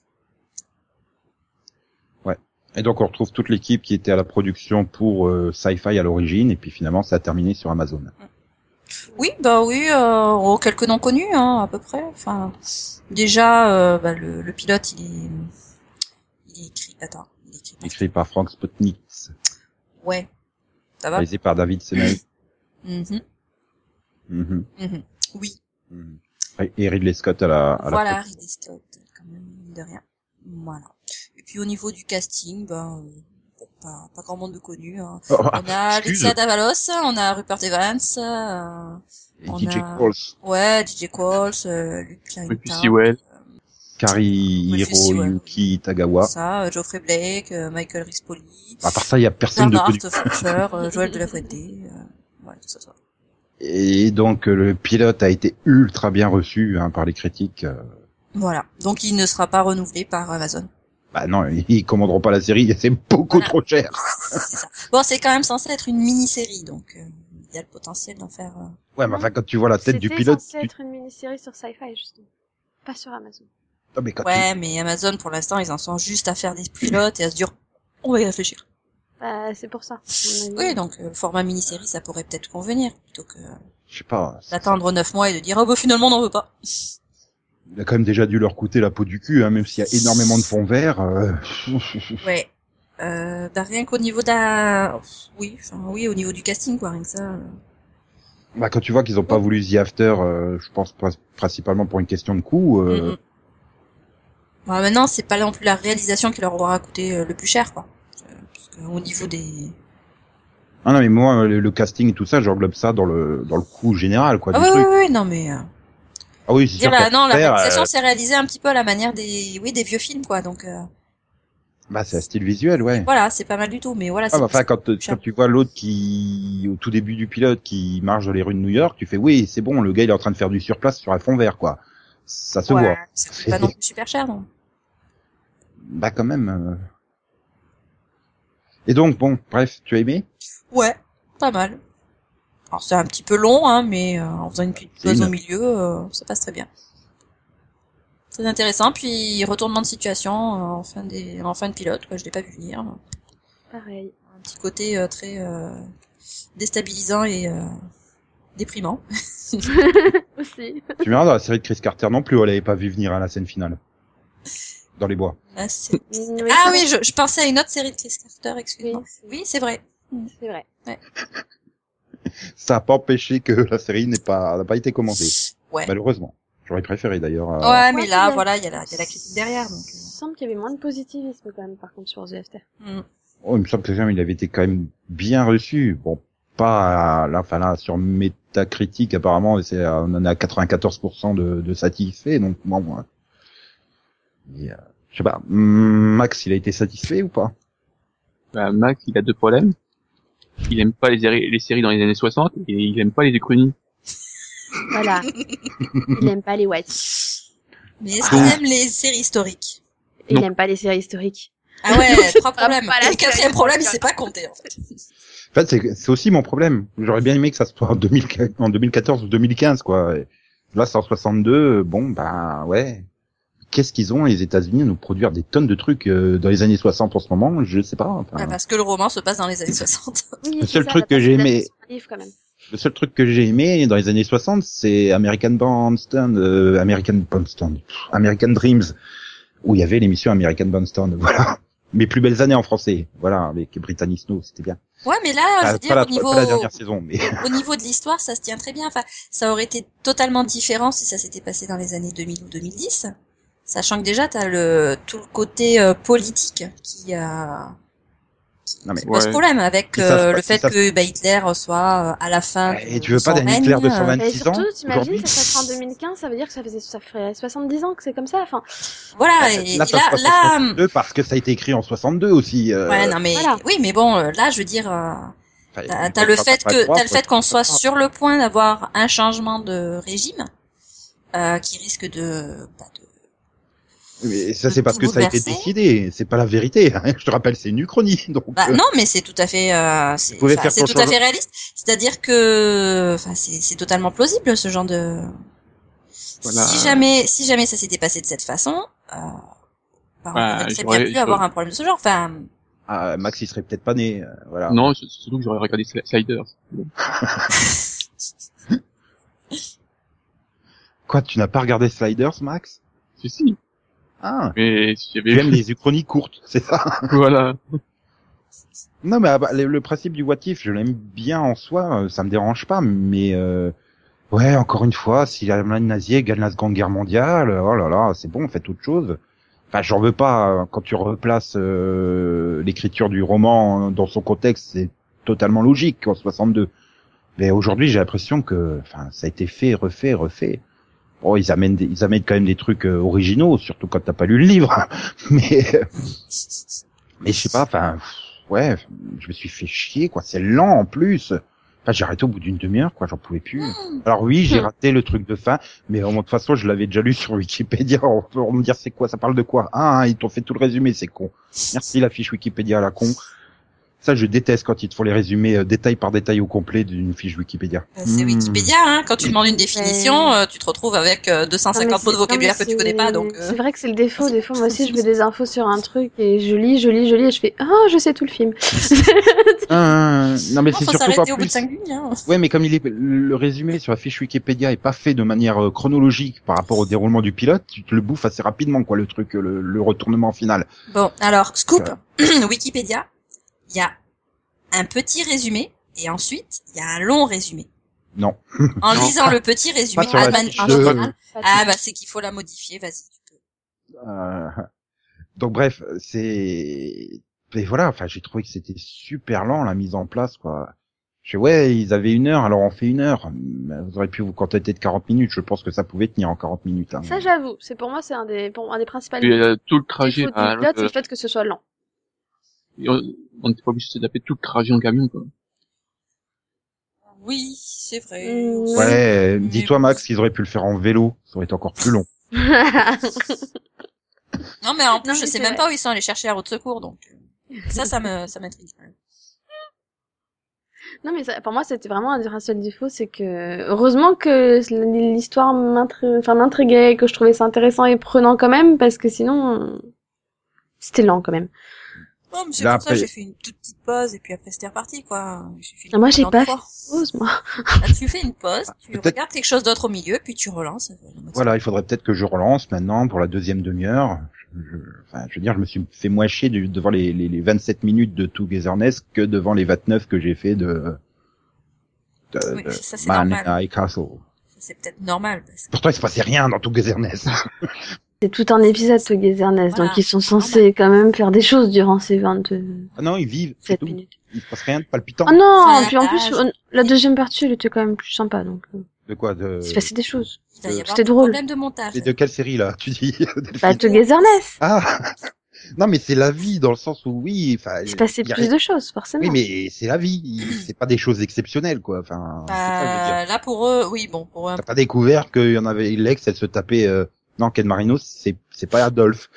Ouais. Et donc on retrouve toute l'équipe qui était à la production pour Sci-Fi à l'origine, et puis finalement ça a terminé sur Amazon. Oui, quelques noms connus, hein, à peu près. Enfin, déjà, le pilote, il est écrit. Attends, il est écrit par Frank Spotnitz. Ouais. Ça va. Réalisé par David Semel. Oui. Et Ridley Scott à la voilà, Ridley Scott, quand même, de rien. Voilà. Et puis au niveau du casting, pas grand monde de connu. Hein. On a Alexia Davalos, on a Rupert Evans, et DJ Qualls. Ouais, DJ Qualls, Luke Clinton. Kari Hiroyuki Tagawa. Ça, Geoffrey Blake, Michael Rispoli. À part ça, il y a personne de connu. Fletcher, Joël de la Fuente, tout ça. Et donc le pilote a été ultra bien reçu par les critiques. Voilà. Donc il ne sera pas renouvelé par Amazon. Bah non, ils commanderont pas la série, c'est beaucoup Voilà. trop cher. C'est ça. Bon, c'est quand même censé être une mini-série, donc il y a le potentiel d'en faire. Ouais, mais enfin, quand tu vois la tête du pilote... C'était censé être une mini-série sur Sci-Fi, justement. Pas sur Amazon. Ah, mais quand Ouais, mais Amazon, pour l'instant, ils en sont juste à faire des pilotes et à se dire, on va y réfléchir. Bah, c'est pour ça. à mon avis. Oui, donc le format mini-série, ça pourrait peut-être convenir, plutôt que je sais pas... d'attendre 9 mois et de dire, oh bah finalement, on n'en veut pas. Il a quand même déjà dû leur coûter la peau du cul, hein, même s'il y a énormément de fonds verts. Ouais. Bah rien qu'au niveau oui, au niveau du casting, quoi, rien que ça. Bah, quand tu vois qu'ils ont pas voulu The After, je pense principalement pour une question de coût. Bah, maintenant, c'est pas non plus la réalisation qui leur aura coûté le plus cher, quoi. Parce que, au niveau des... Ah non, mais moi, le casting et tout ça, j'englobe ça dans le coût général, quoi, Ah du oui, truc. oui, non, mais... Ah oui, c'est sûr. non, la réalisation euh, s'est réalisée un petit peu à la manière des vieux films, quoi, donc... bah, c'est un style visuel, ouais. Voilà, c'est pas mal du tout, mais voilà, Ah, bah, enfin, quand cher. tu vois l'autre qui, au tout début du pilote, qui marche dans les rues de New York, tu fais, oui, c'est bon, le gars, il est en train de faire du surplace sur un fond vert, quoi. Ça se voit. C'est pas non plus super cher, non. Bah, quand même. Et donc, bon, bref, tu as aimé? Ouais, pas mal. Alors c'est un petit peu long, hein, mais en faisant une petite pause au milieu, ça passe très bien. Très intéressant, puis retournement de situation en fin de pilote, quoi, je l'ai pas vu venir. Pareil. Un petit côté très déstabilisant et déprimant. Aussi. Tu verras, dans la série de Chris Carter non plus, elle avait pas vu venir à la scène finale. Dans les bois. Ah, Oui, je pensais à une autre série de Chris Carter, excuse-moi. Oui, Oui, c'est vrai. c'est vrai. Ça a pas empêché que la série n'a pas été commencée. Ouais. Malheureusement. J'aurais préféré d'ailleurs. Ouais, mais Ouais, là, mais voilà, il y a la critique derrière, donc. Il me semble qu'il y avait moins de positivisme quand même, par contre, sur The After. Oh, il me semble que il avait été quand même bien reçu. Bon, pas là, sur Metacritic apparemment, on en est à 94% de satisfait, donc bon. Et, je sais pas, Max, il a été satisfait ou pas? Bah, Max, il a deux problèmes. Il aime pas les séries dans les années 60 et il aime pas les uchronies. Voilà. Il aime pas les White. Mais est-ce qu'il aime les séries historiques? Il Non. aime pas les séries historiques. Ah ouais, trois problèmes. Pas la Et le quatrième série problème, il historique. s'est pas compté, en fait. En fait, c'est aussi mon problème. J'aurais bien aimé que ça soit en 2014 ou 2015, quoi. Et là, c'est en 62, bon, bah, ouais. Qu'est-ce qu'ils ont, les États-Unis, à nous produire des tonnes de trucs dans les années 60 en ce moment? Je sais pas. Enfin, Ah, parce que le roman se passe dans les années 60. Oui, Le c'est seul ça, truc que j'ai aimé- l'adaptation d'un livre, quand même. le seul truc que j'ai aimé dans les années 60, c'est American Dreams, où il y avait l'émission American Bandstand, voilà. Mes plus belles années en français, voilà, avec Brittany Snow, c'était bien. Ouais, mais là, je veux dire, Pas au niveau, la dernière saison, mais au niveau de l'histoire, ça se tient très bien. Enfin, ça aurait été totalement différent si ça s'était passé dans les années 2000 ou 2010. Sachant que déjà, t'as tout le côté politique qui non mais pose Ouais. problème avec Ils savent pas- le ils fait savent- que Hitler soit à la fin. Et de tu veux pas son d'un Hitler de règne, 126 Et surtout, ans t'imagines, aujourd'hui ça serait en 2015, ça veut dire que ça ferait 70 ans que c'est comme ça, enfin. Voilà, et Là, ça se passe en 62 parce que ça a été écrit en 62 aussi. ouais, non mais Voilà. oui, mais bon, là, je veux dire, Enfin, t'as le fait qu'on soit sur le point d'avoir un changement de régime qui risque de Mais ça, de c'est parce tout que ça a été bouleverser. décidé. C'est pas la vérité. Hein. Je te rappelle, c'est une uchronie. Donc, Bah non, mais c'est tout à fait, c'est pouvez faire c'est ton tout à changement. fait réaliste. C'est-à-dire que, enfin, c'est totalement plausible ce genre de. Voilà. Si jamais ça s'était passé de cette façon, bah, on Bah, aurait très j'aurais- bien pu avoir un problème de ce genre. Enfin, Max, il serait peut-être pas né. Voilà. Non, surtout que j'aurais regardé Sliders. Quoi, tu n'as pas regardé Sliders, Max? Si. Ah, Mais si tu j'avais aimes les uchronies courtes, c'est ça? voilà. Non, mais le principe du what if, je l'aime bien en soi, ça me dérange pas, mais ouais, encore une fois, si l'Allemagne nazie gagne la Seconde Guerre mondiale, oh là là, c'est bon, faites autre chose. Enfin, j'en veux pas, quand tu replaces l'écriture du roman dans son contexte, c'est totalement logique en 62. Mais aujourd'hui, j'ai l'impression que, enfin, ça a été fait, refait. Bon, ils amènent quand même des trucs originaux, surtout quand t'as pas lu le livre. mais je sais pas, enfin, ouais, je me suis fait chier, quoi. C'est lent en plus. Enfin, j'ai arrêté au bout d'une demi-heure, quoi, j'en pouvais plus. Alors oui, j'ai raté le truc de fin, mais de toute façon, je l'avais déjà lu sur Wikipédia. On peut me dire c'est quoi, ça parle de quoi? Ah, ils t'ont fait tout le résumé, c'est con. Merci la fiche Wikipédia à la con. Ça, je déteste quand ils te font les résumés détail par détail au complet d'une fiche Wikipédia. C'est Wikipédia, hein. Quand tu demandes une définition, tu te retrouves avec 250 mots de vocabulaire que tu connais pas, donc. C'est vrai que c'est le défaut. Des fois, moi aussi, je veux des infos sur un truc et je lis, et je fais je sais tout le film. Non, mais c'est faut surtout s'arrêter pas au bout de plus. 5 lignes, hein. Ouais, mais comme le résumé sur la fiche Wikipédia est pas fait de manière chronologique par rapport au déroulement du pilote, tu te le bouffes assez rapidement, quoi, le truc, le retournement final. Bon, alors, scoop, Wikipédia, il y a un petit résumé, et ensuite, il y a un long résumé. Non. En lisant le petit résumé, Pas sur la en fiche général, c'est qu'il faut la modifier, vas-y, tu peux. Donc bref, mais voilà, enfin, j'ai trouvé que c'était super lent, la mise en place, quoi. Ils avaient 1 heure, alors on fait 1 heure. Mais vous auriez pu vous contenter de 40 minutes, je pense que ça pouvait tenir en 40 minutes, hein. Ça, j'avoue. Pour moi, c'est un des principaux Tout le trajet défauts du pilote, c'est le fait que ce soit lent. On n'était pas obligé de se taper tout le trajet en camion, quoi. Oui, c'est vrai. Ouais, dis-toi, Max, qu'ils auraient pu le faire en vélo, ça aurait été encore plus long. Non, mais en plus, Non, je mais sais c'est même vrai. pas où ils sont allés chercher la route de secours, donc. Ça m'intrigue. Non, mais pour moi, c'était vraiment un seul défaut, c'est que, heureusement que l'histoire m'intriguait, que je trouvais ça intéressant et prenant quand même, parce que sinon, c'était lent quand même. Non, mais c'est Là, pour ça, après- j'ai fait une toute petite pause, et puis après, c'était reparti, quoi. Moi, j'ai pas fait fois. de pause, moi. Là, tu fais une pause, tu Peut-être- regardes quelque chose d'autre au milieu, puis tu relances. Voilà, il faudrait peut-être que je relance maintenant pour la deuxième demi-heure. Je veux dire, je me suis fait moins chier devant les 27 minutes de Togetherness que devant les 29 que j'ai fait de Oui, ça, c'est Man normal. High Castle. Ça, c'est peut-être normal, parce que... Pourtant, il se passait rien dans Togetherness. C'est tout un épisode, Togetherness, Voilà, donc ils sont c'est censés quand même faire des choses durant ces 27 Ah non, ils vivent, c'est tout. minutes. Il se passe rien de palpitant. Oh non, Enfin, puis en plus, la deuxième partie, elle était quand même plus sympa, donc, De quoi il se passait des choses. Il va y avoir C'était des drôle. problèmes de montage. Et de quelle série, là, tu dis, Delphine? Bah, Togetherness! Ah! Non, mais c'est la vie, dans le sens où, oui, enfin... Il se passait il y a plus rien- de choses, forcément. Oui, mais c'est la vie. C'est pas des choses exceptionnelles, quoi. Enfin, c'est ça que je veux dire. Là, pour eux, oui, bon, pour eux, T'as pas découvert qu'il y en avait Lex, elle se tapait, non, Ken Marino, c'est pas Adolphe.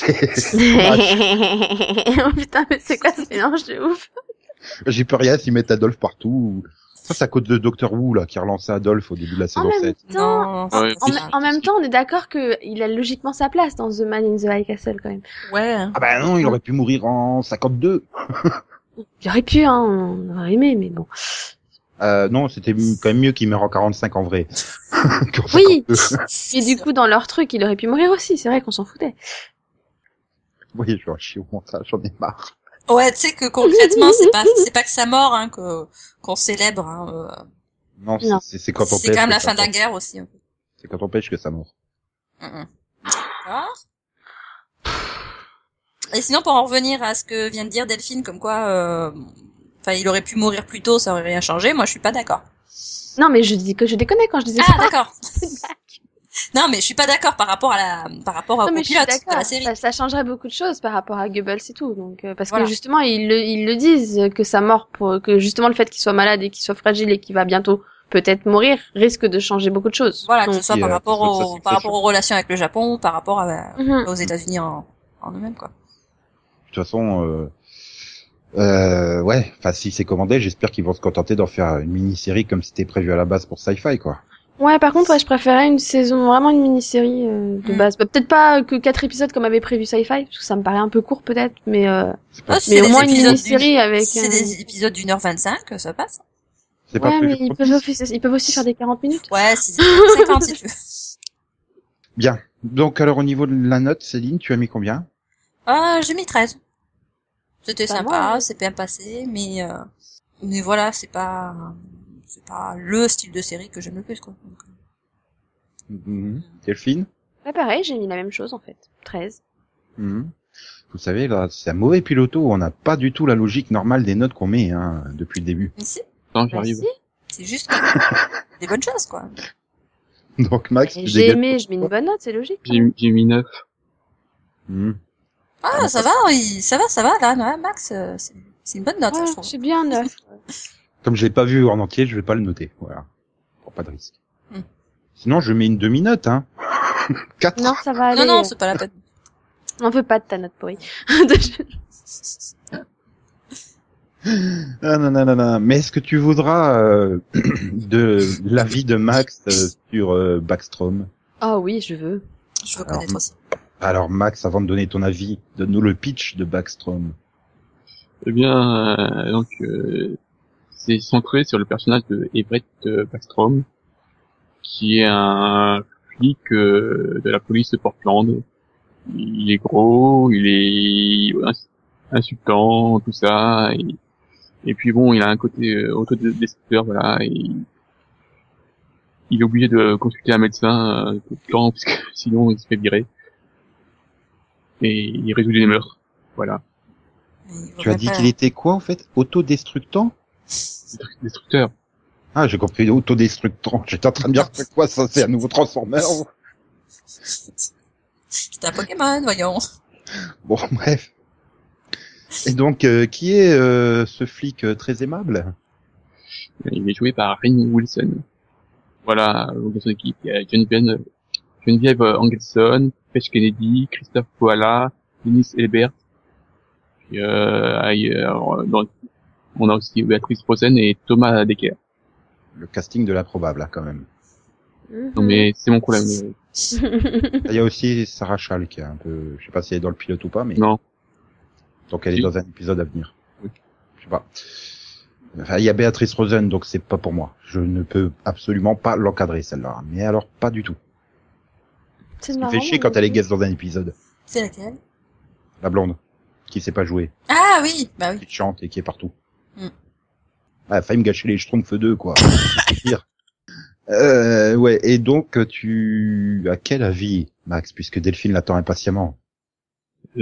Oh putain, mais c'est quoi ce mélange de ouf? J'y peux rien s'ils mettent Adolphe partout. Ça, c'est à cause de Doctor Who, là, qui a relancé Adolphe au début de la saison 7. non, Ouais. En même temps, on est d'accord qu'il a logiquement sa place dans The Man in the High Castle, quand même. ouais. Ah bah non, il aurait pu mourir en 52. Il aurait pu, hein, on aurait aimé, mais bon. Non, c'était quand même mieux qu'il meure en 45 en vrai. Qu'en Oui. 52. Et du coup, dans leur truc, il aurait pu mourir aussi, c'est vrai qu'on s'en foutait. Oui, je vais chier au montage, j'en ai marre. Ouais, tu sais que concrètement, c'est pas que sa mort, hein, qu'on célèbre, hein, Non, Non. c'est quand on c'est pêche. quand même que la ça fin de la mort. guerre aussi, un peu. C'est quand on pêche que ça mort. D'accord. Et sinon, pour en revenir à ce que vient de dire Delphine, comme quoi, il aurait pu mourir plus tôt, ça aurait rien changé, moi je suis pas d'accord. Non, mais je dis que je déconnais quand je disais Ah, ça. d'accord. Non, mais je suis pas d'accord par rapport Non, au mais je suis pilote de d'accord. la série. Ça changerait beaucoup de choses par rapport à Goebbels et tout. Donc, parce Voilà. que justement, ils le disent que sa mort, que justement le fait qu'il soit malade et qu'il soit fragile et qu'il va bientôt peut-être mourir, risque de changer beaucoup de choses. Voilà, que Donc, ce soit Qui, par que ce soit sa rapport succession. aux relations avec le Japon, par rapport mhm. aux États-Unis en eux-mêmes, quoi. De toute façon, ouais, enfin, si c'est commandé, j'espère qu'ils vont se contenter d'en faire une mini-série comme c'était prévu à la base pour Sci-Fi, quoi. Ouais, par contre, ouais, je préférais une saison, vraiment une mini-série de base. Bah, peut-être pas que 4 épisodes comme avait prévu Sci-Fi, parce que ça me paraît un peu court peut-être, mais C'est pas, Ah, si mais c'est au des moins une épisodes mini-série avec. Si c'est des épisodes d'1h25, ça passe. c'est pas Ouais, prévu mais pour 10. ils peuvent aussi faire des 40 minutes. Ouais, si c'est 50 si tu veux. Bien. Donc, alors, au niveau de la note, Céline, tu as mis combien? Ah, j'ai mis 13. C'était Pas sympa, mal, ouais. c'est bien passé, mais voilà, c'est pas le style de série que j'aime le plus, quoi. Donc, Mhm. Delphine? Ouais, pareil, j'ai mis la même chose en fait. 13. Mhm. Vous savez, là, c'est un mauvais piloto, on n'a pas du tout la logique normale des notes qu'on met, hein, depuis le début. mais si, Non, Bah, j'arrive. si. c'est juste des bonnes choses, quoi. Donc, Max, Et tu j'ai dégages- aimé, je mets une bonne note, c'est logique. J'ai mis 9. Mhm. Ah, ça va, là, ouais, Max, c'est une bonne note, ça, je Ouais, trouve. c'est bien 9. Comme je l'ai pas vu en entier, je vais pas le noter. Voilà. Pour pas de risque. Hmm. Sinon, je mets une demi-note, hein. 4. Non, ça va aller. Non, c'est pas la peine. On veut pas de ta note pourrie. Ah, non, non, non, non. Mais est-ce que tu voudras de l'avis de Max sur Backstrom? Ah oui, je veux. Je veux Alors, connaître aussi. Alors Max, avant de donner ton avis, donne-nous le pitch de Backstrom. Eh bien, c'est centré sur le personnage de Everett Backstrom, qui est un flic de la police de Portland. Il est gros, il est insultant, tout ça, et puis bon, il a un côté autodestructeur, voilà, et il est obligé de consulter un médecin tout le temps, parce que sinon il se fait virer. Et il résout les meurtres, voilà. Tu as dit qu'il était quoi en fait? Autodestructant? Destructeur. Ah, j'ai compris, autodestructant. J'étais en train de dire c'est quoi ça? C'est un nouveau Transformer? C'est un Pokémon, voyons. Bon, bref. Et donc, qui est ce flic très aimable? Il est joué par Rainn Wilson. Voilà, dans son équipe, il y a Geneviève Angelson, Paige Kennedy, Christophe Koala, Dennis Elbert. Et, on a aussi Béatrice Rosen et Thomas Decker. Le casting de l'improbable, là, quand même. Non mais c'est mon problème. Il y a aussi Sarah Schall qui est un peu, je sais pas si elle est dans le pilote ou pas, mais Non. donc elle est Si. dans un épisode à venir. Oui. Je sais pas. Enfin, il y a Béatrice Rosen, donc c'est pas pour moi. Je ne peux absolument pas l'encadrer celle-là. Mais alors pas du tout. C'est Ce qui marrant. fait chier quand elle est guest dans un épisode. C'est laquelle? La blonde, qui sait pas jouer, Ah oui, bah oui. qui chante et qui est partout. Mm. Ah, elle a failli me gâcher les Schtroumpfs 2, quoi. C'est pire. Ouais, et donc tu as quel avis, Max, puisque Delphine l'attend impatiemment? Oh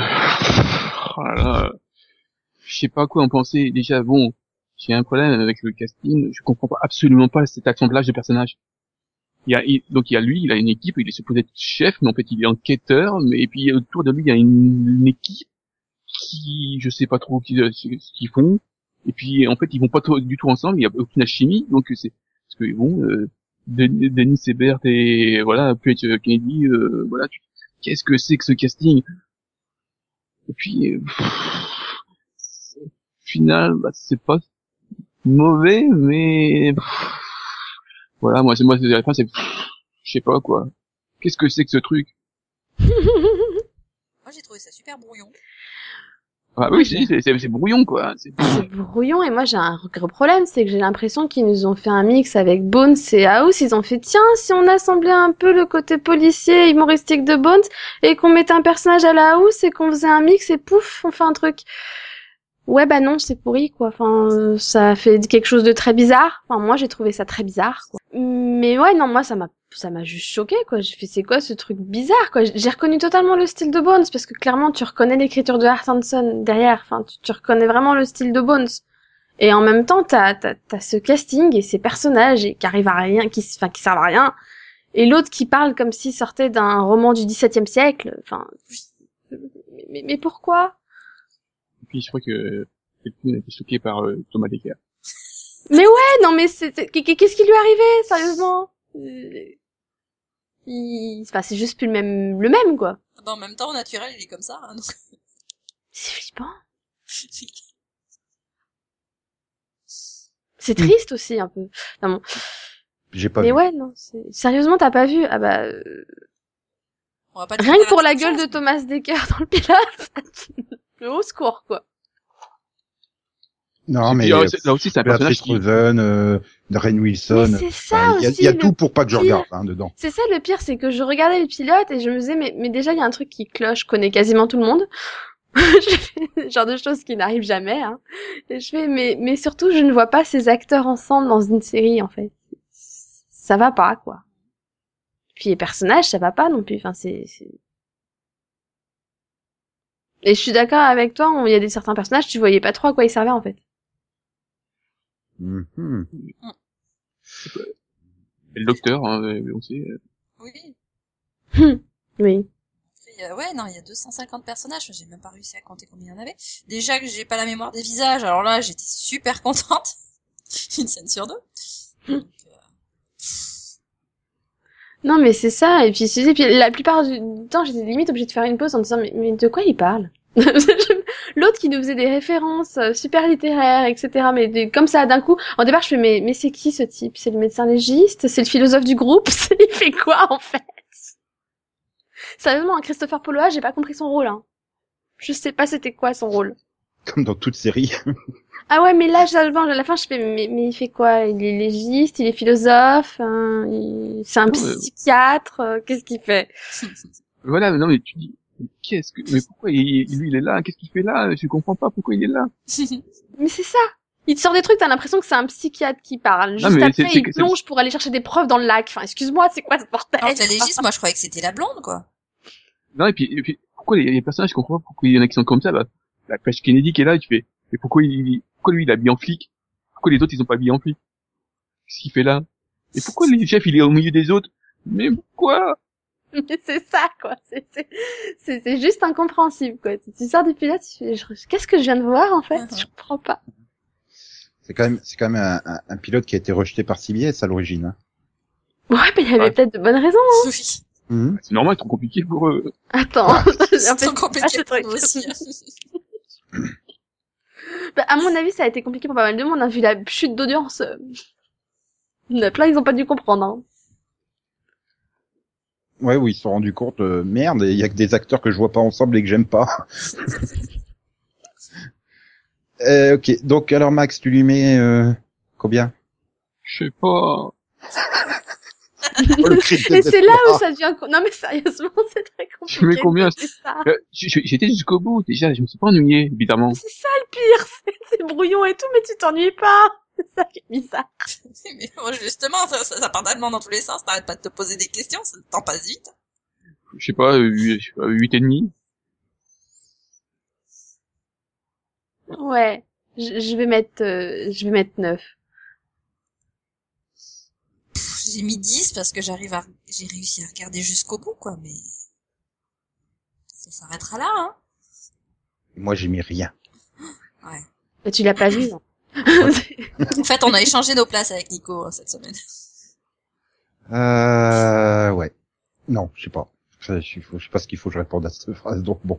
là là. Je sais pas quoi en penser. Déjà, bon, j'ai un problème avec le casting. Je comprends absolument pas cet assemblage de personnages. Donc il y a lui, il a une équipe, il est supposé être chef, mais en fait il est enquêteur, et puis autour de lui il y a une équipe qui, je sais pas trop ce qu'ils font, et puis en fait ils vont pas du tout ensemble, il y a aucune alchimie, donc c'est, parce que bon, Denis Ebert et voilà, Paige Kennedy, voilà, qu'est-ce que c'est que ce casting? Et puis, au final, bah, c'est pas mauvais, mais voilà, moi c'est à la fin, c'est, je sais pas quoi. Qu'est-ce que c'est que ce truc? Moi, j'ai trouvé ça super brouillon. Ah oui, c'est brouillon quoi. C'est C'est brouillon et moi j'ai un gros problème, c'est que j'ai l'impression qu'ils nous ont fait un mix avec Bones et House. Ils ont fait tiens, si on assemblait un peu le côté policier humoristique de Bones et qu'on mettait un personnage à la House et qu'on faisait un mix et pouf, on fait un truc. Ouais bah non, c'est pourri quoi. Enfin, ça fait quelque chose de très bizarre. Enfin moi j'ai trouvé ça très bizarre quoi. Mais ouais non, moi ça m'a juste choqué quoi. J'ai fait c'est quoi ce truc bizarre quoi. J'ai reconnu totalement le style de Bones parce que clairement tu reconnais l'écriture de Art Hanson derrière. Enfin tu reconnais vraiment le style de Bones. Et en même temps t'as ce casting et ces personnages qui arrivent à rien, qui servent à rien. Et l'autre qui parle comme s'il sortait d'un roman du XVIIe siècle. Enfin mais pourquoi? Et puis je crois que quelqu'un a été choqué par Thomas Decker. Mais ouais, non mais qu'est-ce qui lui est arrivé, sérieusement? Enfin, c'est juste plus le même quoi. Bah, en même temps, au naturel, il est comme ça, hein, donc. C'est flippant. C'est triste aussi un peu. Enfin, bon. J'ai pas Mais vu. ouais, non, sérieusement, t'as pas vu? Ah bah, On va pas rien que pour la dire gueule de Thomas Dekker dans le pilote, le au secours quoi. Non, mais Là aussi c'est un personnage Béatrice qui... Rosen, Rainn Wilson. Mais c'est ça il y a, aussi, il y a le tout pour pas que je pire. regarde hein, dedans. C'est ça le pire, c'est que je regardais le pilote et je me disais mais déjà il y a un truc qui cloche, je connais quasiment tout le monde. Je fais genre de choses qui n'arrivent jamais hein. Et je fais mais surtout je ne vois pas ces acteurs ensemble dans une série en fait. Ça va pas quoi. Puis les personnages, ça va pas non plus, enfin c'est Et je suis d'accord avec toi, il y a des certains personnages, tu voyais pas trop à quoi ils servaient en fait. Mhm. Et le docteur, hein, on sait. Oui. Oui. Ouais, non, il y a 250 personnages, j'ai même pas réussi à compter combien il y en avait. Déjà que j'ai pas la mémoire des visages, alors là, j'étais super contente. Une scène sur deux. Donc, Non, mais c'est ça. Et puis, la plupart du temps, j'étais limite obligée de faire une pause en me disant, mais de quoi il parle? L'autre qui nous faisait des références super littéraires, etc. Mais comme ça, d'un coup, en départ, je fais, mais c'est qui ce type? C'est le médecin légiste? C'est le philosophe du groupe? Il fait quoi, en fait? Sérieusement, Christopher Poloha, j'ai pas compris son rôle, hein. Je sais pas c'était quoi son rôle. Comme dans toute série. Ah ouais, mais là, à la fin, je fais, mais il fait quoi? Il est légiste, il est philosophe, hein, c'est un psychiatre, qu'est-ce qu'il fait? Voilà, non mais tu dis, mais pourquoi lui il est là? Qu'est-ce qu'il fait là? Je comprends pas pourquoi il est là. Mais c'est ça. Il te sort des trucs, t'as l'impression que c'est un psychiatre qui parle. Juste après, il plonge pour aller chercher des preuves dans le lac. Enfin, excuse-moi, c'est quoi ce bordel? Alors, la légiste, moi, je croyais que c'était la blonde, quoi. Non, et puis pourquoi les personnages, je comprends pas pourquoi il y en a qui sont comme ça, bah. La Flash Kennedy qui est là, tu fais, mais pourquoi lui il est habillé en flic? Pourquoi les autres ils sont pas habillés en flic? Qu'est-ce qu'il fait là? Et pourquoi le chef il est au milieu des autres? Mais pourquoi? Mais c'est ça, quoi. C'est juste incompréhensible, quoi. Tu sors du pilote, tu fais, qu'est-ce que je viens de voir, en fait? Je comprends pas. C'est quand même un pilote qui a été rejeté par CBS à l'origine, hein. Ouais, mais il y avait peut-être de bonnes raisons, hein. Oui. C'est normal, c'est trop compliqué pour eux. Attends. C'est trop compliqué pour nous aussi. Bah, à mon avis, ça a été compliqué pour pas mal de monde, hein, vu la chute d'audience. Il y en a plein, ils ont pas dû comprendre, hein. Ouais, oui, ils se sont rendus compte, merde, il y a que des acteurs que je vois pas ensemble et que j'aime pas. Ok, donc alors Max, tu lui mets combien? Je sais pas. Oh, le cri de Et c'est là où désespoir. ça devient... Non mais sérieusement, c'est très compliqué. Tu mets combien? C'est ça. J'étais jusqu'au bout, déjà, je me suis pas ennuyé, évidemment. C'est ça le pire, c'est brouillon et tout, mais tu t'ennuies pas. C'est ça qui est bizarre. Mais moi, justement, ça part tellement dans tous les sens, t'arrêtes pas de te poser des questions, ça le temps passe vite. Je sais pas, 8,5. Ouais. Je vais mettre 9. J'ai mis 10 parce que j'ai réussi à regarder jusqu'au bout, quoi, mais ça s'arrêtera là, hein. Moi, j'ai mis rien. Ouais. Mais tu l'as pas vu, non? En fait, on a échangé nos places avec Nico cette semaine. Ouais. Non, je sais pas. Je sais pas ce qu'il faut que je réponde à cette phrase, donc bon.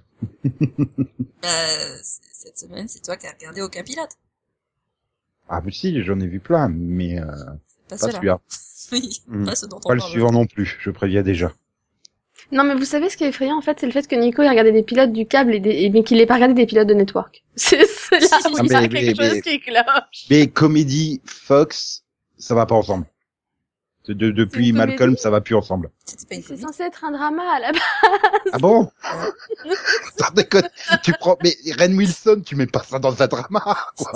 Cette semaine, c'est toi qui as regardé aucun pilote. Ah, mais si, j'en ai vu plein, mais Pas pas celui-là. celui-là. Oui, pas ce dont on Pas le parle. suivant non plus, je préviens déjà. Non, mais vous savez ce qui est effrayant, en fait, c'est le fait que Nico ait regardé des pilotes du câble mais qu'il ait pas regardé des pilotes de Network. C'est là où il y a quelque chose qui cloche. Mais comédie, Fox, ça va pas ensemble. Depuis Malcolm, ça va plus ensemble. C'était pas une C'est comédie. censé être un drama à la base. Ah bon? Sans déconner. Tu prends, mais Ren Wilson, tu mets pas ça dans un drama, quoi.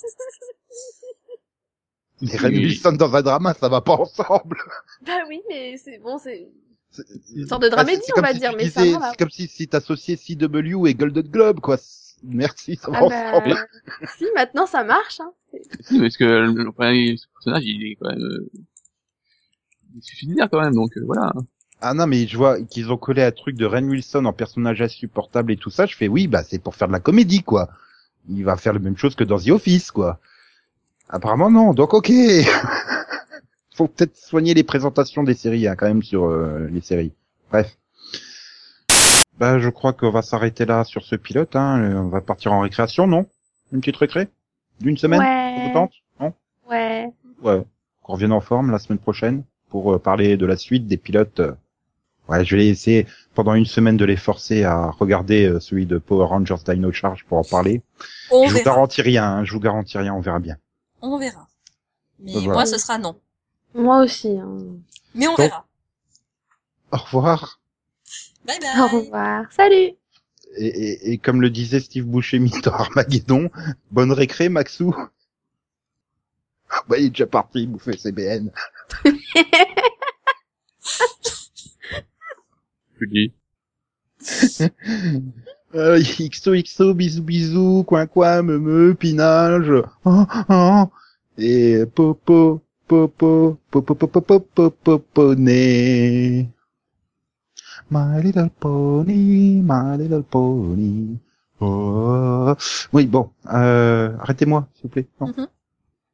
Mais Ren Wilson dans un drama, ça va pas ensemble. Bah oui, mais c'est bon, c'est C'est une sorte de dramédie, c'est on comme va si dire, tu mais disais- ça va. c'est comme si t'associais CW et Golden Globe, quoi. Merci, ça va Ah ensemble. bah, si, maintenant ça marche, hein. Si, parce que ce personnage, il est quand même, il suffit de dire quand même, donc voilà. Ah non, mais je vois qu'ils ont collé un truc de Ren Wilson en personnage insupportable et tout ça. Je fais oui, bah c'est pour faire de la comédie, quoi. Il va faire la même chose que dans The Office, quoi. Apparemment non, donc ok. Faut peut-être soigner les présentations des séries, hein, quand même sur les séries. Bref. Bah je crois qu'on va s'arrêter là sur ce pilote. Hein. On va partir en récréation, non? Une petite récré d'une semaine? Ça vous tente? Non? Ouais. Ouais. Qu'on revienne en forme la semaine prochaine pour parler de la suite des pilotes. Ouais, je vais essayer pendant une semaine de les forcer à regarder celui de Power Rangers Dino Charge pour en parler. On Je vous verra. garantis rien, hein, je vous garantis rien, on verra bien. On verra. Mais Voilà. moi, ce sera non. Moi aussi, hein. Mais on Donc- verra. Au revoir. Bye Au bye. revoir. Salut! Et comme le disait Steve Buscemi dans Armageddon, bonne récré, Maxou. Bah, il est déjà parti bouffer ses BN. Je dis. XOXO, bisous bisous, coin me, pinage. Oh, oh. Et popo, popo, popo, popo, popo, poponné. My little pony. Oh. Oui, bon, arrêtez-moi, s'il vous plaît. Non. Mhm.